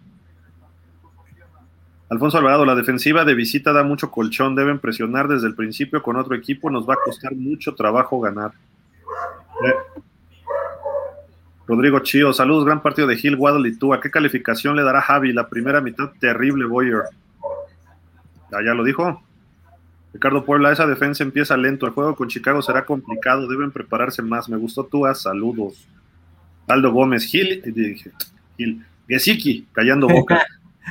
Alfonso Alvarado, la defensiva de visita da mucho colchón. Deben presionar desde el principio con otro equipo. Nos va a costar mucho trabajo ganar. Eh. Rodrigo Chío, saludos, gran partido de Gil, Waddle y Tua. ¿Qué calificación le dará Javi? La primera mitad, terrible, Boyer. Ya, ya lo dijo. Ricardo Puebla, esa defensa empieza lento. El juego con Chicago será complicado. Deben prepararse más. Me gustó Tua, saludos. Aldo Gómez, Gil, dije, Gil, Gesicki, callando boca.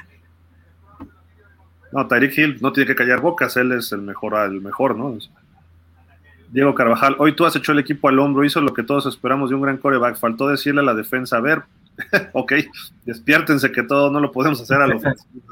No, Tyreek Hill no tiene que callar bocas, él es el mejor, el mejor, ¿no? Diego Carvajal, hoy tú has hecho el equipo al hombro, hizo lo que todos esperamos de un gran quarterback, faltó decirle a la defensa, a ver, ok, despiértense que todo no lo podemos hacer a la ofensiva.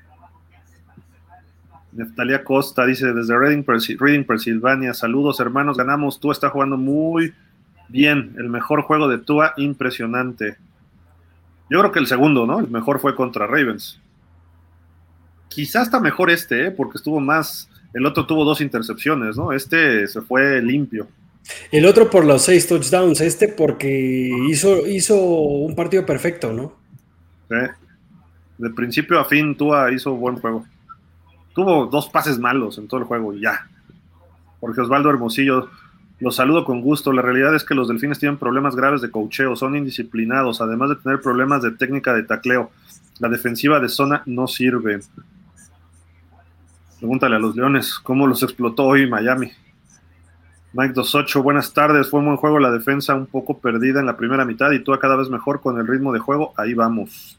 Neftalia Costa dice, desde Reading, Reading, Pensilvania, saludos hermanos, ganamos, Tua está jugando muy bien, el mejor juego de Tua, impresionante. Yo creo que el segundo, ¿no? El mejor fue contra Ravens. Quizás está mejor este, ¿eh? Porque estuvo más, el otro tuvo dos intercepciones, ¿no? Este se fue limpio. El otro por los seis touchdowns, este porque hizo, hizo un partido perfecto, ¿no? Sí. De principio a fin, Tua hizo buen juego. Tuvo dos pases malos en todo el juego y ya. Jorge Osvaldo Hermosillo, los saludo con gusto. La realidad es que los Delfines tienen problemas graves de coacheo, son indisciplinados, además de tener problemas de técnica de tacleo. La defensiva de zona no sirve. Pregúntale a los Leones cómo los explotó hoy Miami. Mike dos ocho, buenas tardes. Fue un buen juego, la defensa un poco perdida en la primera mitad y Tua cada vez mejor con el ritmo de juego. Ahí vamos.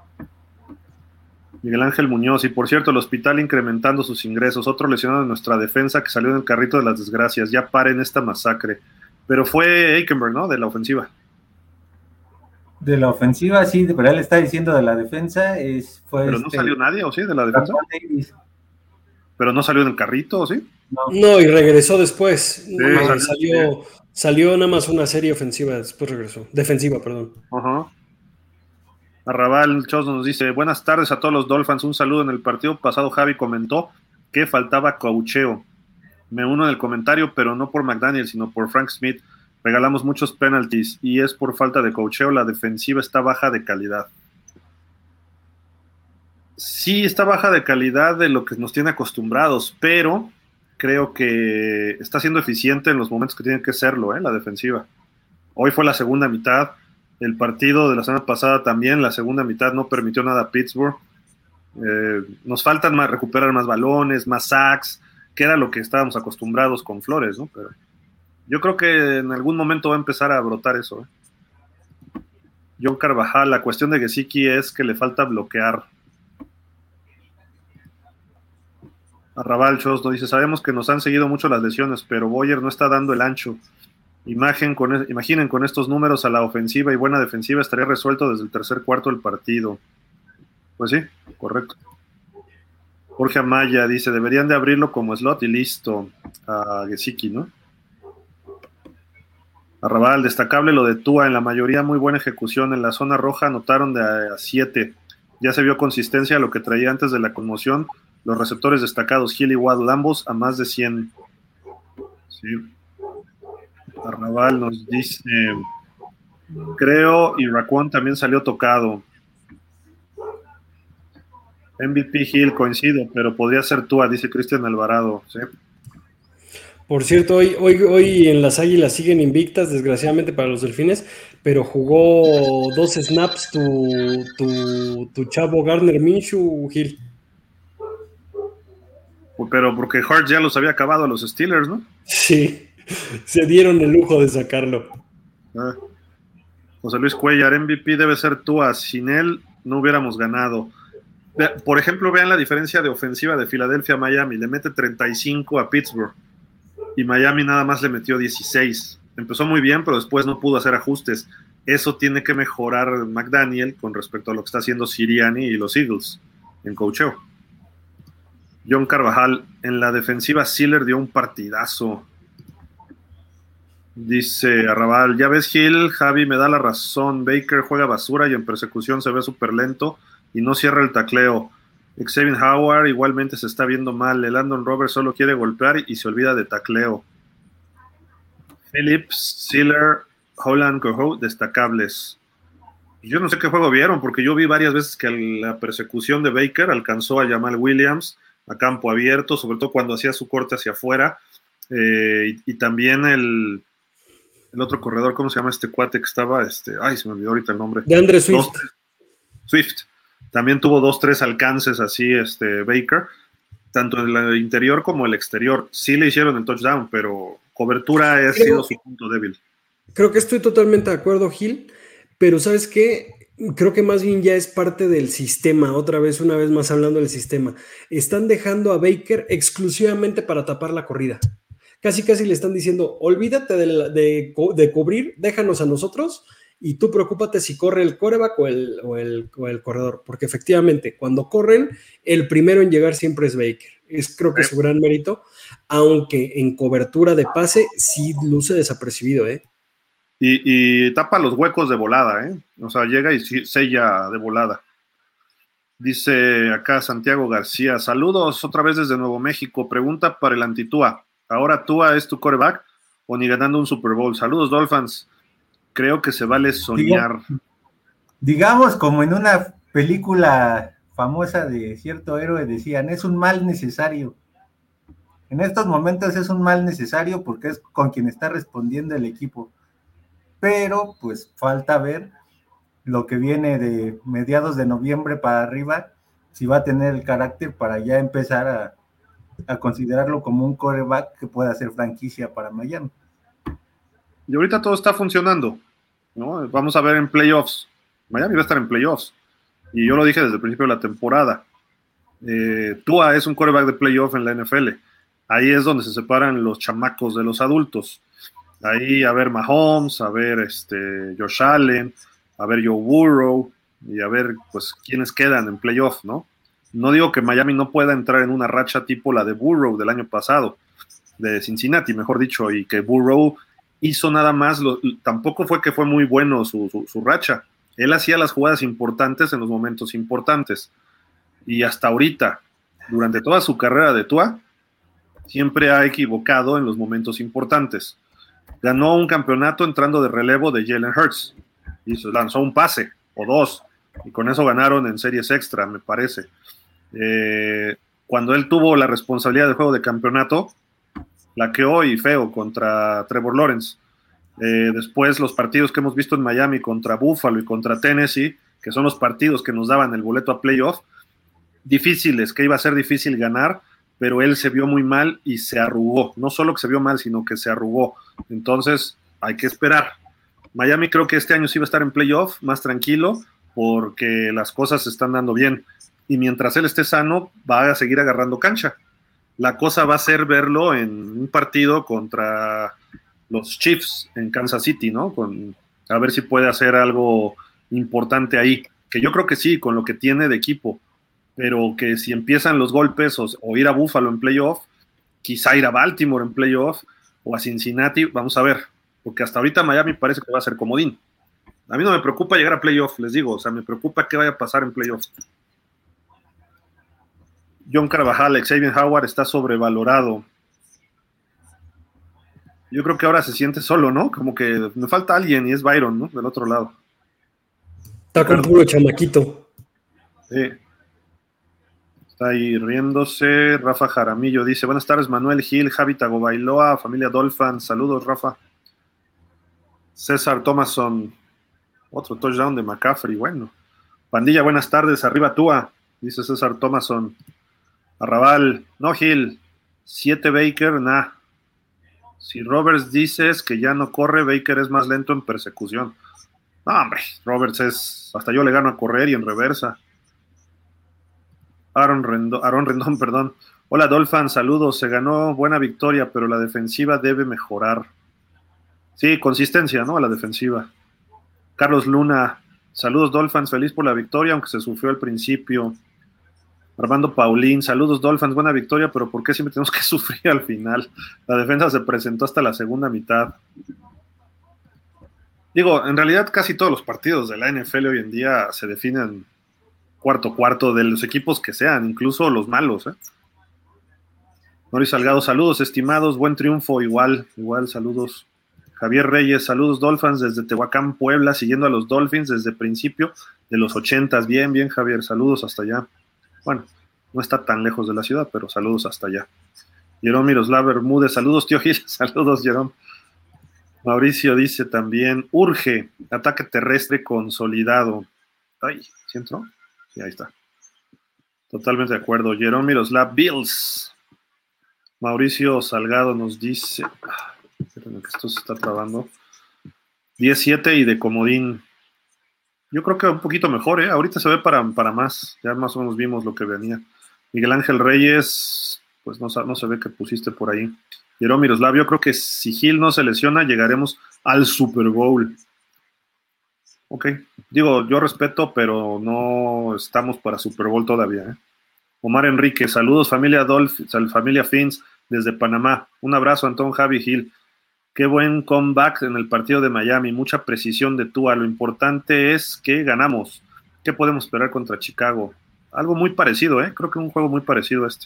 Miguel Ángel Muñoz, y por cierto, el hospital incrementando sus ingresos. Otro lesionado de nuestra defensa que salió en el carrito de las desgracias. Ya paren esta masacre. Pero fue Eichenberg, ¿no? De la ofensiva. De la ofensiva, sí, pero él está diciendo de la defensa. Es, fue pero este, no salió nadie, ¿o sí? De la defensa. Pero no salió en el carrito, ¿o sí? No, no y regresó después. Sí, no, salió, salió, sí. salió nada más una serie ofensiva, después regresó. Defensiva, perdón. Ajá. Uh-huh. Arrabal Chos nos dice, buenas tardes a todos los Dolphins, un saludo. En el partido pasado Javi comentó que faltaba coacheo. Me uno en el comentario, pero no por McDaniel, sino por Frank Smith. Regalamos muchos penalties y es por falta de coacheo, la defensiva está baja de calidad. Sí, está baja de calidad de lo que nos tiene acostumbrados, pero creo que está siendo eficiente en los momentos que tiene que serlo, ¿eh? La defensiva. Hoy fue la segunda mitad, El partido de la semana pasada también, la segunda mitad no permitió nada a Pittsburgh. Eh, nos faltan más, recuperar más balones, más sacks, que era lo que estábamos acostumbrados con Flores, ¿no? Pero yo creo que en algún momento va a empezar a brotar eso, ¿eh? John Carvajal, la cuestión de Gesicki es que le falta bloquear. Arrabal Chos nos dice, sabemos que nos han seguido mucho las lesiones, pero Boyer no está dando el ancho. Imagen con, imaginen con estos números a la ofensiva y buena defensiva estaría resuelto desde el tercer cuarto del partido. Pues sí, correcto. Jorge Amaya dice, deberían de abrirlo como slot y listo. A Gesicki, ¿no? Arrabal, destacable lo de Tua, en la mayoría muy buena ejecución. En la zona roja anotaron de a siete. Ya se vio consistencia a lo que traía antes de la conmoción. Los receptores destacados, Hill y Waddle, ambos a más de cien. Sí. Arrabal nos dice, creo, y Raquan también salió tocado. M V P Hill, coincido, pero podría ser Tua, dice Cristian Alvarado. ¿Sí? Por cierto, hoy, hoy, hoy en las Águilas siguen invictas, desgraciadamente para los Delfines, pero jugó dos snaps tu, tu, tu chavo Gardner Minshew, Hill. Pero porque Hart ya los había acabado a los Steelers, ¿no? Sí, se dieron el lujo de sacarlo. Ah. José Luis Cuellar, M V P debe ser Tua, sin él no hubiéramos ganado. Por ejemplo, vean la diferencia de ofensiva de Filadelfia a Miami, le mete treinta y cinco a Pittsburgh y Miami nada más le metió dieciséis. Empezó muy bien, pero después no pudo hacer ajustes. Eso tiene que mejorar McDaniel con respecto a lo que está haciendo Sirianni y los Eagles en coacheo. John Carvajal, en la defensiva Sealer dio un partidazo. Dice Arrabal, ya ves Gil, Javi me da la razón, Baker juega basura y en persecución se ve súper lento y no cierra el tacleo. Xavier Howard igualmente se está viendo mal, el Landon Roberts solo quiere golpear y se olvida de tacleo. Phillips, Sealer, Holland, Coho, destacables. Yo no sé qué juego vieron, porque yo vi varias veces que la persecución de Baker alcanzó a Jamal Williams a campo abierto, sobre todo cuando hacía su corte hacia afuera, eh, y, y también el, el otro corredor, ¿cómo se llama este cuate que estaba? Este, ay, se me olvidó ahorita el nombre. De Andre Swift. Dos, Swift. También tuvo dos, tres alcances así, este Baker, tanto en el interior como el exterior. Sí le hicieron el touchdown, pero cobertura ha sido su punto débil. Creo que estoy totalmente de acuerdo, Gil, pero ¿sabes qué? Creo que más bien ya es parte del sistema, otra vez, una vez más hablando del sistema. Están dejando a Baker exclusivamente para tapar la corrida. Casi, casi le están diciendo, olvídate de, de, de cubrir, déjanos a nosotros y tú preocúpate si corre el quarterback o el, o, el, o el corredor, porque efectivamente, cuando corren, el primero en llegar siempre es Baker. Es creo que es su gran mérito, aunque en cobertura de pase sí luce desapercibido, ¿eh? Y, y tapa los huecos de volada, ¿eh? O sea, llega y sella de volada. Dice acá Santiago García, saludos otra vez desde Nuevo México, pregunta para el anti-Tua, ¿ahora Tua es tu quarterback o ni ganando un Super Bowl? Saludos Dolphins, creo que se vale soñar. Digamos, como en una película famosa de cierto héroe decían, es un mal necesario. En estos momentos es un mal necesario porque es con quien está respondiendo el equipo. Pero pues falta ver lo que viene de mediados de noviembre para arriba, si va a tener el carácter para ya empezar a, a considerarlo como un quarterback que pueda ser franquicia para Miami. Y ahorita todo está funcionando, ¿no? Vamos a ver en playoffs. Miami va a estar en playoffs. Y yo lo dije desde el principio de la temporada. Eh, Tua es un quarterback de playoff en la N F L. Ahí es donde se separan los chamacos de los adultos. Ahí a ver Mahomes, a ver este, Josh Allen, a ver Joe Burrow y a ver pues quiénes quedan en playoff, ¿no? No digo que Miami no pueda entrar en una racha tipo la de Burrow del año pasado, de Cincinnati, mejor dicho, y que Burrow hizo nada más, lo, tampoco fue que fue muy bueno su, su, su racha. Él hacía las jugadas importantes en los momentos importantes. Y hasta ahorita, durante toda su carrera de Tua, siempre ha equivocado en los momentos importantes. Ganó un campeonato entrando de relevo de Jalen Hurts. Y se lanzó un pase, o dos. Y con eso ganaron en series extra, me parece. Eh, cuando él tuvo la responsabilidad del juego de campeonato, laqueó y feo contra Trevor Lawrence. Eh, después los partidos que hemos visto en Miami contra Buffalo y contra Tennessee, que son los partidos que nos daban el boleto a playoff, difíciles, que iba a ser difícil ganar, pero él se vio muy mal y se arrugó. No solo que se vio mal, sino que se arrugó. Entonces, hay que esperar. Miami creo que este año sí va a estar en playoff, más tranquilo, porque las cosas se están dando bien. Y mientras él esté sano, va a seguir agarrando cancha. La cosa va a ser verlo en un partido contra los Chiefs en Kansas City, ¿no? Con, a ver si puede hacer algo importante ahí. Que yo creo que sí, con lo que tiene de equipo. Pero que si empiezan los golpes o, o ir a Buffalo en playoff, quizá ir a Baltimore en playoff o a Cincinnati, vamos a ver, porque hasta ahorita Miami parece que va a ser comodín. A mí no me preocupa llegar a playoff, les digo, o sea, me preocupa qué vaya a pasar en playoff. John Carvajal, Xavier Howard está sobrevalorado. Yo creo que ahora se siente solo, ¿no? Como que me falta alguien y es Byron, ¿no? Del otro lado. Está con puro chamaquito. Sí. Está ahí riéndose. Rafa Jaramillo dice, buenas tardes, Manuel Gil, Javi Tagovailoa, familia Dolphin, saludos, Rafa. César Thomason, otro touchdown de McCaffrey, bueno. Pandilla, buenas tardes, arriba Tua, dice César Thomason. Arrabal, no Gil, siete Baker, nah. Si Roberts dices que ya no corre, Baker es más lento en persecución. No, hombre, Roberts es, hasta yo le gano a correr y en reversa. Aaron Rendón, Aaron Rendón, perdón. Hola Dolphin, saludos, se ganó buena victoria, pero la defensiva debe mejorar. Sí, consistencia, ¿no? A la defensiva. Carlos Luna, saludos Dolphins, feliz por la victoria, aunque se sufrió al principio. Armando Paulín, saludos Dolphins, buena victoria, pero ¿por qué siempre tenemos que sufrir al final? La defensa se presentó hasta la segunda mitad. Digo, en realidad casi todos los partidos de la N F L hoy en día se definen cuarto cuarto de los equipos que sean, incluso los malos, ¿eh? Nori Salgado, saludos estimados, buen triunfo, igual, igual, saludos. Javier Reyes, saludos Dolphins desde Tehuacán, Puebla, siguiendo a los Dolphins desde principio de los ochentas. Bien, bien, Javier, saludos hasta allá. Bueno, no está tan lejos de la ciudad, pero saludos hasta allá. Jerome Miroslav Bermúdez, saludos, tío Gil, saludos, Jerome. Mauricio dice también, urge, ataque terrestre consolidado. Ay, ¿sí entró? Sí, ahí está. Totalmente de acuerdo. Jerome Miroslav Bills. Mauricio Salgado nos dice, espérenme que esto se está trabando, diez siete y de comodín. Yo creo que un poquito mejor, ¿eh? Ahorita se ve para, para más, ya más o menos vimos lo que venía. Miguel Ángel Reyes, pues no, no se ve que pusiste por ahí. Jerome Miroslav, yo creo que si Gil no se lesiona, llegaremos al Super Bowl. Ok, digo, yo respeto, pero no estamos para Super Bowl todavía, ¿eh? Omar Enrique, saludos familia Dolphins, familia Fins desde Panamá. Un abrazo, Antón, Javi, Gil. Qué buen comeback en el partido de Miami, mucha precisión de Tua. Lo importante es que ganamos. ¿Qué podemos esperar contra Chicago? Algo muy parecido, ¿eh? Creo que un juego muy parecido a este.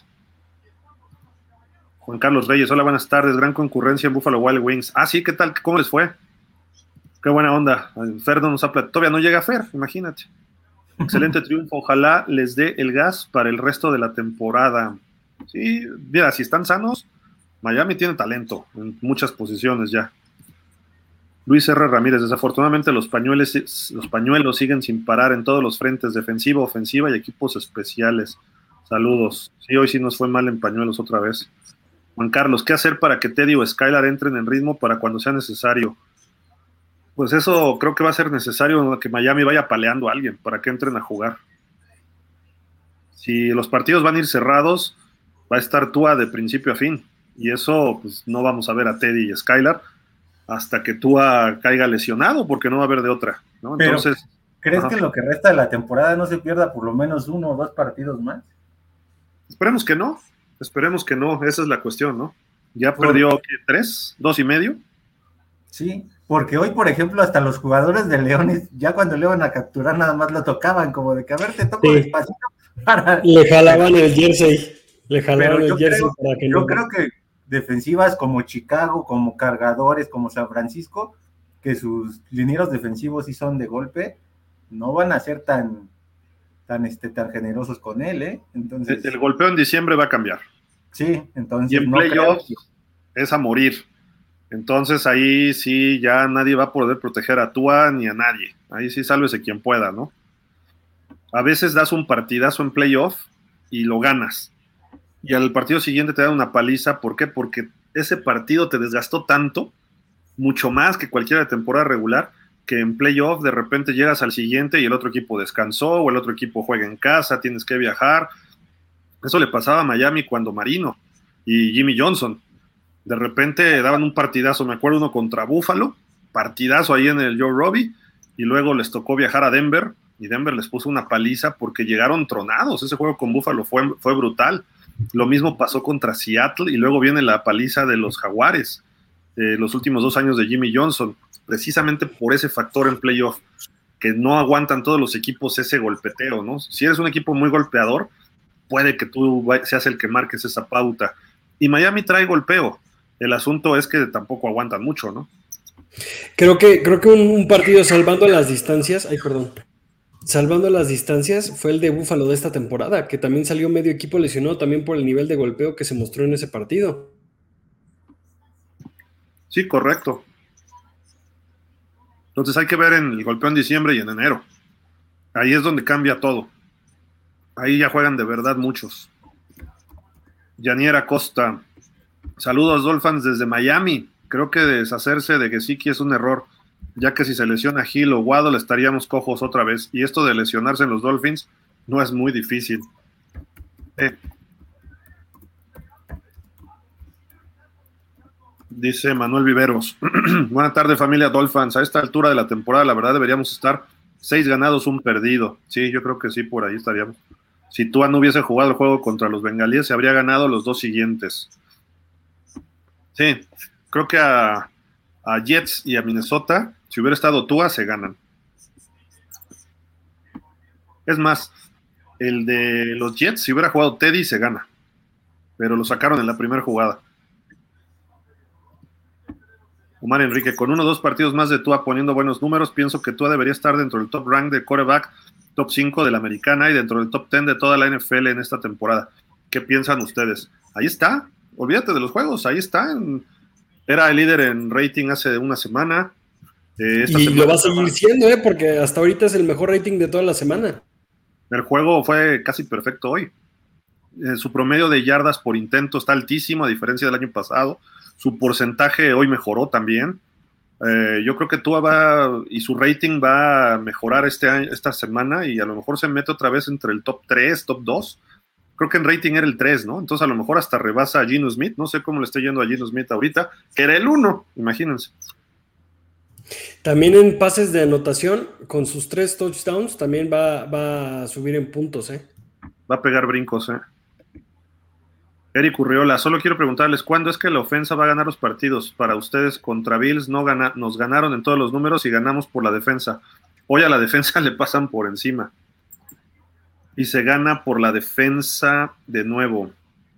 Juan Carlos Reyes, hola, buenas tardes. Gran concurrencia en Buffalo Wild Wings. Ah, sí, ¿qué tal? ¿Cómo les fue? Qué buena onda. Fer no nos ha platicado. Todavía no llega Fer, imagínate. Excelente triunfo, ojalá les dé el gas para el resto de la temporada. Sí, mira, si están sanos, Miami tiene talento en muchas posiciones ya. Luis R. Ramírez, desafortunadamente los pañuelos, los pañuelos siguen sin parar en todos los frentes, defensiva, ofensiva y equipos especiales. Saludos. Sí, hoy sí nos fue mal en pañuelos otra vez. Juan Carlos, ¿qué hacer para que Teddy o Skylar entren en ritmo para cuando sea necesario? Pues eso creo que va a ser necesario, que Miami vaya paleando a alguien para que entren a jugar. Si los partidos van a ir cerrados, va a estar Tua de principio a fin. Y eso, pues no vamos a ver a Teddy y Skylar hasta que Tua caiga lesionado, porque no va a haber de otra, ¿no? Entonces, ¿crees ajá. que lo que resta de la temporada no se pierda por lo menos uno o dos partidos más? Esperemos que no, esperemos que no, esa es la cuestión, ¿no? Ya por... perdió ¿qué, tres, dos y medio. Sí, porque hoy, por ejemplo, hasta los jugadores de Leones, ya cuando le iban a capturar, nada más lo tocaban, como de que a ver, te toco sí. despacito para... Le jalaban el jersey, le jalaban el jersey creo, para que Yo no... creo que defensivas como Chicago, como Cargadores, como San Francisco, que sus linieros defensivos sí son de golpe, no van a ser tan, tan, este, tan generosos con él, ¿eh? Entonces... El, el golpeo en diciembre va a cambiar. Sí, entonces... Y en no playoffs que... es a morir. Entonces ahí sí ya nadie va a poder proteger a Tua ni a nadie. Ahí sí sálvese quien pueda, ¿no? A veces das un partidazo en playoff y lo ganas. Y al partido siguiente te dan una paliza. ¿Por qué? Porque ese partido te desgastó tanto, mucho más que cualquier temporada regular, que en playoff de repente llegas al siguiente y el otro equipo descansó o el otro equipo juega en casa, tienes que viajar. Eso le pasaba a Miami cuando Marino y Jimmy Johnson. De repente daban un partidazo, me acuerdo uno contra Buffalo, partidazo ahí en el Joe Robbie, y luego les tocó viajar a Denver, y Denver les puso una paliza porque llegaron tronados. Ese juego con Buffalo fue, fue brutal. Lo mismo pasó contra Seattle, y luego viene la paliza de los Jaguares, eh, los últimos dos años de Jimmy Johnson, precisamente por ese factor en playoff, que no aguantan todos los equipos ese golpeteo, ¿no? Si eres un equipo muy golpeador, puede que tú seas el que marques esa pauta. Y Miami trae golpeo. El asunto es que tampoco aguantan mucho, ¿no? Creo que, creo que un, un partido salvando las distancias, ay, perdón, salvando las distancias fue el de Buffalo de esta temporada, que también salió medio equipo lesionado también por el nivel de golpeo que se mostró en ese partido. Sí, correcto. Entonces hay que ver en el golpeo en diciembre y en enero. Ahí es donde cambia todo. Ahí ya juegan de verdad muchos. Yaniera Costa. Saludos, Dolphins, desde Miami. Creo que deshacerse de Gesicki es un error, ya que si se lesiona Hill o Waddle estaríamos cojos otra vez. Y esto de lesionarse en los Dolphins no es muy difícil. Eh. Dice Manuel Viveros. Buenas tardes, familia Dolphins. A esta altura de la temporada, la verdad, deberíamos estar seis ganados, un perdido. Sí, yo creo que sí, por ahí estaríamos. Si Tua no hubiese jugado el juego contra los Bengalíes, se habría ganado los dos siguientes. Sí, creo que a, a Jets y a Minnesota, si hubiera estado Tua, se ganan. Es más, el de los Jets, si hubiera jugado Teddy, se gana. Pero lo sacaron en la primera jugada. Omar Enrique, con uno o dos partidos más de Tua poniendo buenos números, pienso que Tua debería estar dentro del top rank de quarterback, top cinco de la americana y dentro del top diez de toda la N F L en esta temporada. ¿Qué piensan ustedes? Ahí está. Olvídate de los juegos, ahí está. En, era el líder en rating hace una semana. Eh, esta y semana lo va a seguir siendo, ¿eh? Porque hasta ahorita es el mejor rating de toda la semana. El juego fue casi perfecto hoy. Eh, su promedio de yardas por intento está altísimo, a diferencia del año pasado. Su porcentaje hoy mejoró también. Eh, yo creo que Tua va, y su rating va a mejorar este año, esta semana, y a lo mejor se mete otra vez entre el top tres, top dos. Creo que en rating era el tres, ¿no? Entonces a lo mejor hasta rebasa a Geno Smith. No sé cómo le está yendo a Geno Smith ahorita, que era el uno, imagínense. También en pases de anotación, con sus tres touchdowns, también va, va a subir en puntos, ¿eh? Va a pegar brincos, ¿eh? Eric Urriola, solo quiero preguntarles, ¿cuándo es que la ofensa va a ganar los partidos? Para ustedes, contra Bills no gana, nos ganaron en todos los números y ganamos por la defensa. Hoy a la defensa le pasan por encima. Y se gana por la defensa de nuevo.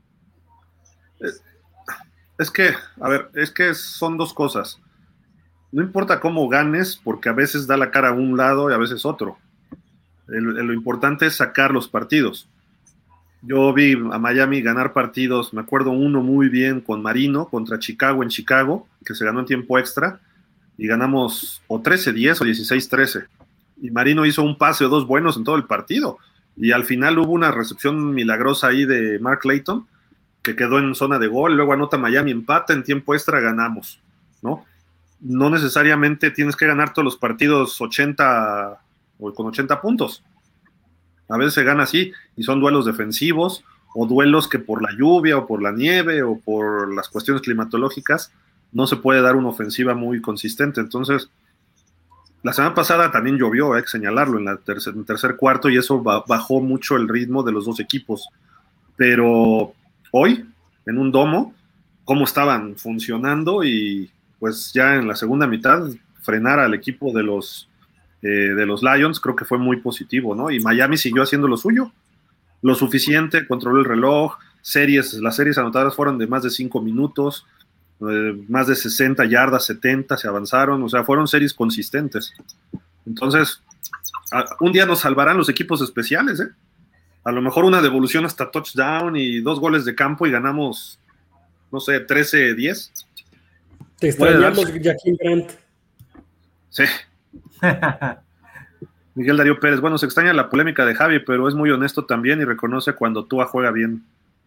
Es, es que, a ver, es que son dos cosas. No importa cómo ganes, porque a veces da la cara a un lado y a veces otro. El, el, lo importante es sacar los partidos. Yo vi a Miami ganar partidos, me acuerdo uno muy bien con Marino contra Chicago en Chicago, que se ganó en tiempo extra, y ganamos o trece diez o dieciséis trece. Y Marino hizo un pase o dos buenos en todo el partido. Y al final hubo una recepción milagrosa ahí de Mark Layton, que quedó en zona de gol, luego anota Miami, empata, en tiempo extra ganamos, ¿no? No necesariamente tienes que ganar todos los partidos ochenta o con ochenta puntos. A veces se gana así, y son duelos defensivos, o duelos que por la lluvia, o por la nieve, o por las cuestiones climatológicas, no se puede dar una ofensiva muy consistente. Entonces, la semana pasada también llovió, hay que señalarlo, en la tercer, en tercer cuarto, y eso bajó mucho el ritmo de los dos equipos. Pero hoy, en un domo, cómo estaban funcionando, y pues ya en la segunda mitad, frenar al equipo de los, eh, de los Lions, creo que fue muy positivo, ¿no? Y Miami siguió haciendo lo suyo, lo suficiente, controló el reloj, series, las series anotadas fueron de más de cinco minutos, eh, más de sesenta yardas, setenta se avanzaron, o sea, fueron series consistentes. Entonces, a, un día nos salvarán los equipos especiales, ¿eh? A lo mejor una devolución hasta touchdown y dos goles de campo y ganamos, no sé, trece diez. Te extrañamos, Jaquín Grant. Sí. Miguel Darío Pérez, bueno, se extraña la polémica de Javi, pero es muy honesto también y reconoce cuando Tua juega bien.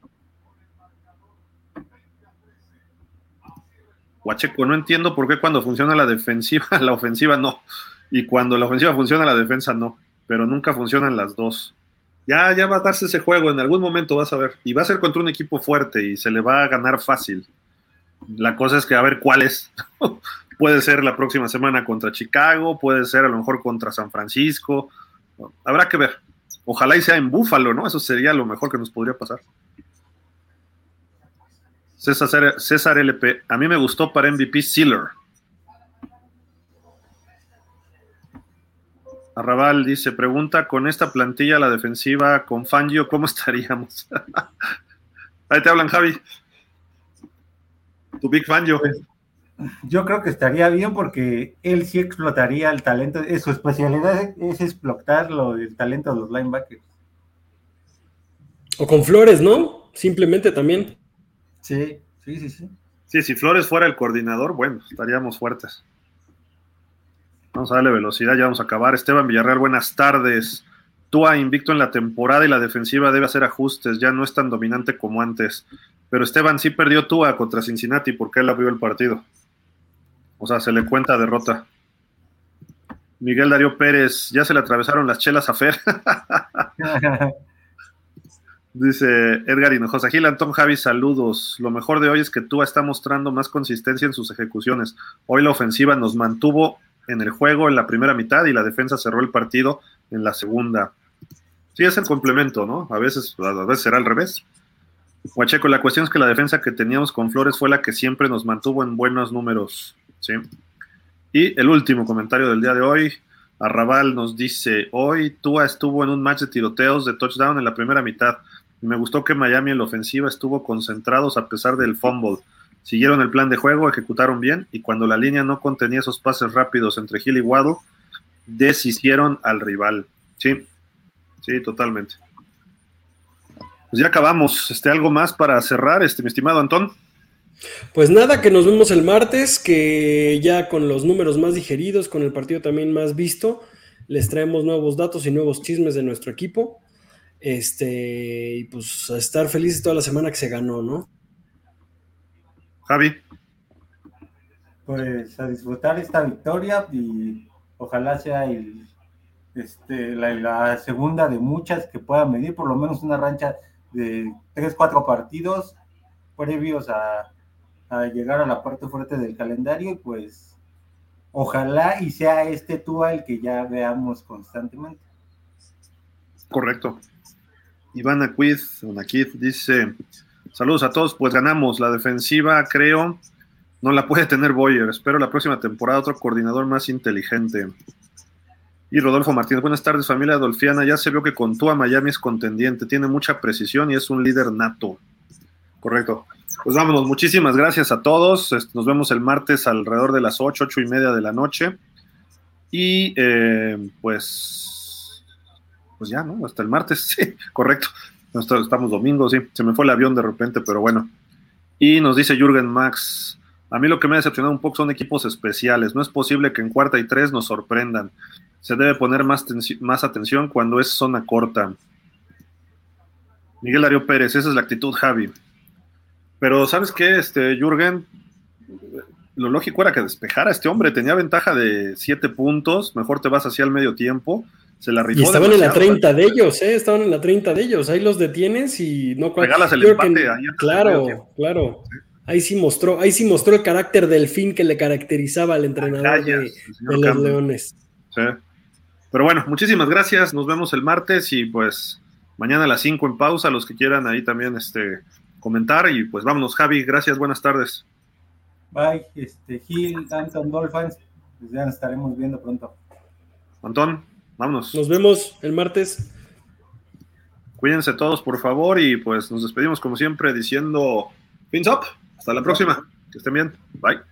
Guacheco, no entiendo por qué cuando funciona la defensiva, la ofensiva no, y cuando la ofensiva funciona, la defensa no, pero nunca funcionan las dos. Ya, ya va a darse ese juego, en algún momento vas a ver, y va a ser contra un equipo fuerte y se le va a ganar fácil. La cosa es que a ver cuál es. Puede ser la próxima semana contra Chicago, puede ser a lo mejor contra San Francisco, habrá que ver. Ojalá y sea en Buffalo, ¿no? Eso sería lo mejor que nos podría pasar. César, César L P, a mí me gustó para M V P Sealer. Arrabal dice, pregunta, con esta plantilla la defensiva con Fangio, ¿cómo estaríamos? Ahí te hablan, Javi. Tu Big Fangio. Pues, yo creo que estaría bien porque él sí explotaría el talento, su especialidad es explotar lo, el talento de los linebackers. O con Flores, ¿no? Simplemente también. Sí, sí, sí, sí. Sí, si Flores fuera el coordinador, bueno, estaríamos fuertes. Vamos a darle velocidad, ya vamos a acabar. Esteban Villarreal, buenas tardes. Tua invicto en la temporada y la defensiva debe hacer ajustes, ya no es tan dominante como antes. Pero Esteban sí perdió Tua contra Cincinnati porque él abrió el partido. O sea, se le cuenta derrota. Miguel Darío Pérez, ya se le atravesaron las chelas a Fer. Dice Edgar Hinojosa, Gil, Antón, Javi, saludos. Lo mejor de hoy es que Tua está mostrando más consistencia en sus ejecuciones. Hoy la ofensiva nos mantuvo en el juego en la primera mitad y la defensa cerró el partido en la segunda. Sí, es el complemento, ¿no? A veces, a veces será al revés. Guacheco, la cuestión es que la defensa que teníamos con Flores fue la que siempre nos mantuvo en buenos números. Sí. Y el último comentario del día de hoy, Arrabal nos dice, hoy Tua estuvo en un match de tiroteos de touchdown en la primera mitad. Me gustó que Miami en la ofensiva estuvo concentrados a pesar del fumble. Siguieron el plan de juego, ejecutaron bien, y cuando la línea no contenía esos pases rápidos entre Hill y Waddle, deshicieron al rival. Sí, sí, totalmente. Pues ya acabamos. Este, ¿algo más para cerrar, este, mi estimado Antón? Pues nada, que nos vemos el martes, que ya con los números más digeridos, con el partido también más visto, les traemos nuevos datos y nuevos chismes de nuestro equipo. Este, y pues a estar felices toda la semana que se ganó, ¿no? Javi. Pues a disfrutar esta victoria y ojalá sea el, este, la, la segunda de muchas que pueda medir, por lo menos una rancha de tres, cuatro partidos previos a, a llegar a la parte fuerte del calendario, y pues ojalá y sea este Tua el que ya veamos constantemente. Correcto. Iván Aquid, Aquid dice, saludos a todos, pues ganamos, la defensiva creo no la puede tener Boyer, espero la próxima temporada otro coordinador más inteligente. Y Rodolfo Martínez, buenas tardes familia dolfiana, ya se vio que con Tua Miami es contendiente, tiene mucha precisión y es un líder nato. Correcto. Pues vámonos, muchísimas gracias a todos, nos vemos el martes alrededor de las ocho, ocho y media de la noche, y eh, pues, pues ya, ¿no? Hasta el martes, sí, correcto, estamos domingo, sí, se me fue el avión de repente, pero bueno. Y nos dice Jürgen Max, a mí lo que me ha decepcionado un poco son equipos especiales, no es posible que en cuarta y tres nos sorprendan, se debe poner más, más atención cuando es zona corta. Miguel Darío Pérez, esa es la actitud, Javi. Pero, ¿sabes qué, este, Jürgen? Lo lógico era que despejara a este hombre. Tenía ventaja de siete puntos. Mejor te vas hacia el medio tiempo. Se la rifó. Y estaban en la treinta de ellos, ¿eh? Estaban en la treinta de ellos. Ahí los detienes y no... Regalas el empate. Que, ahí claro, claro. Sí. Ahí sí mostró, ahí sí mostró el carácter del fin que le caracterizaba al entrenador Callas, de, de los Campbell. Leones. Sí. Pero bueno, muchísimas gracias. Nos vemos el martes y pues mañana a las cinco en pausa. Los que quieran ahí también, este... comentar y pues vámonos, Javi, gracias, buenas tardes. Bye, este, Gil, Anton, Dolphins, pues ya nos estaremos viendo pronto. Antón, vámonos. Nos vemos el martes. Cuídense todos, por favor, y pues nos despedimos como siempre diciendo, fins up, hasta la próxima, que estén bien, bye.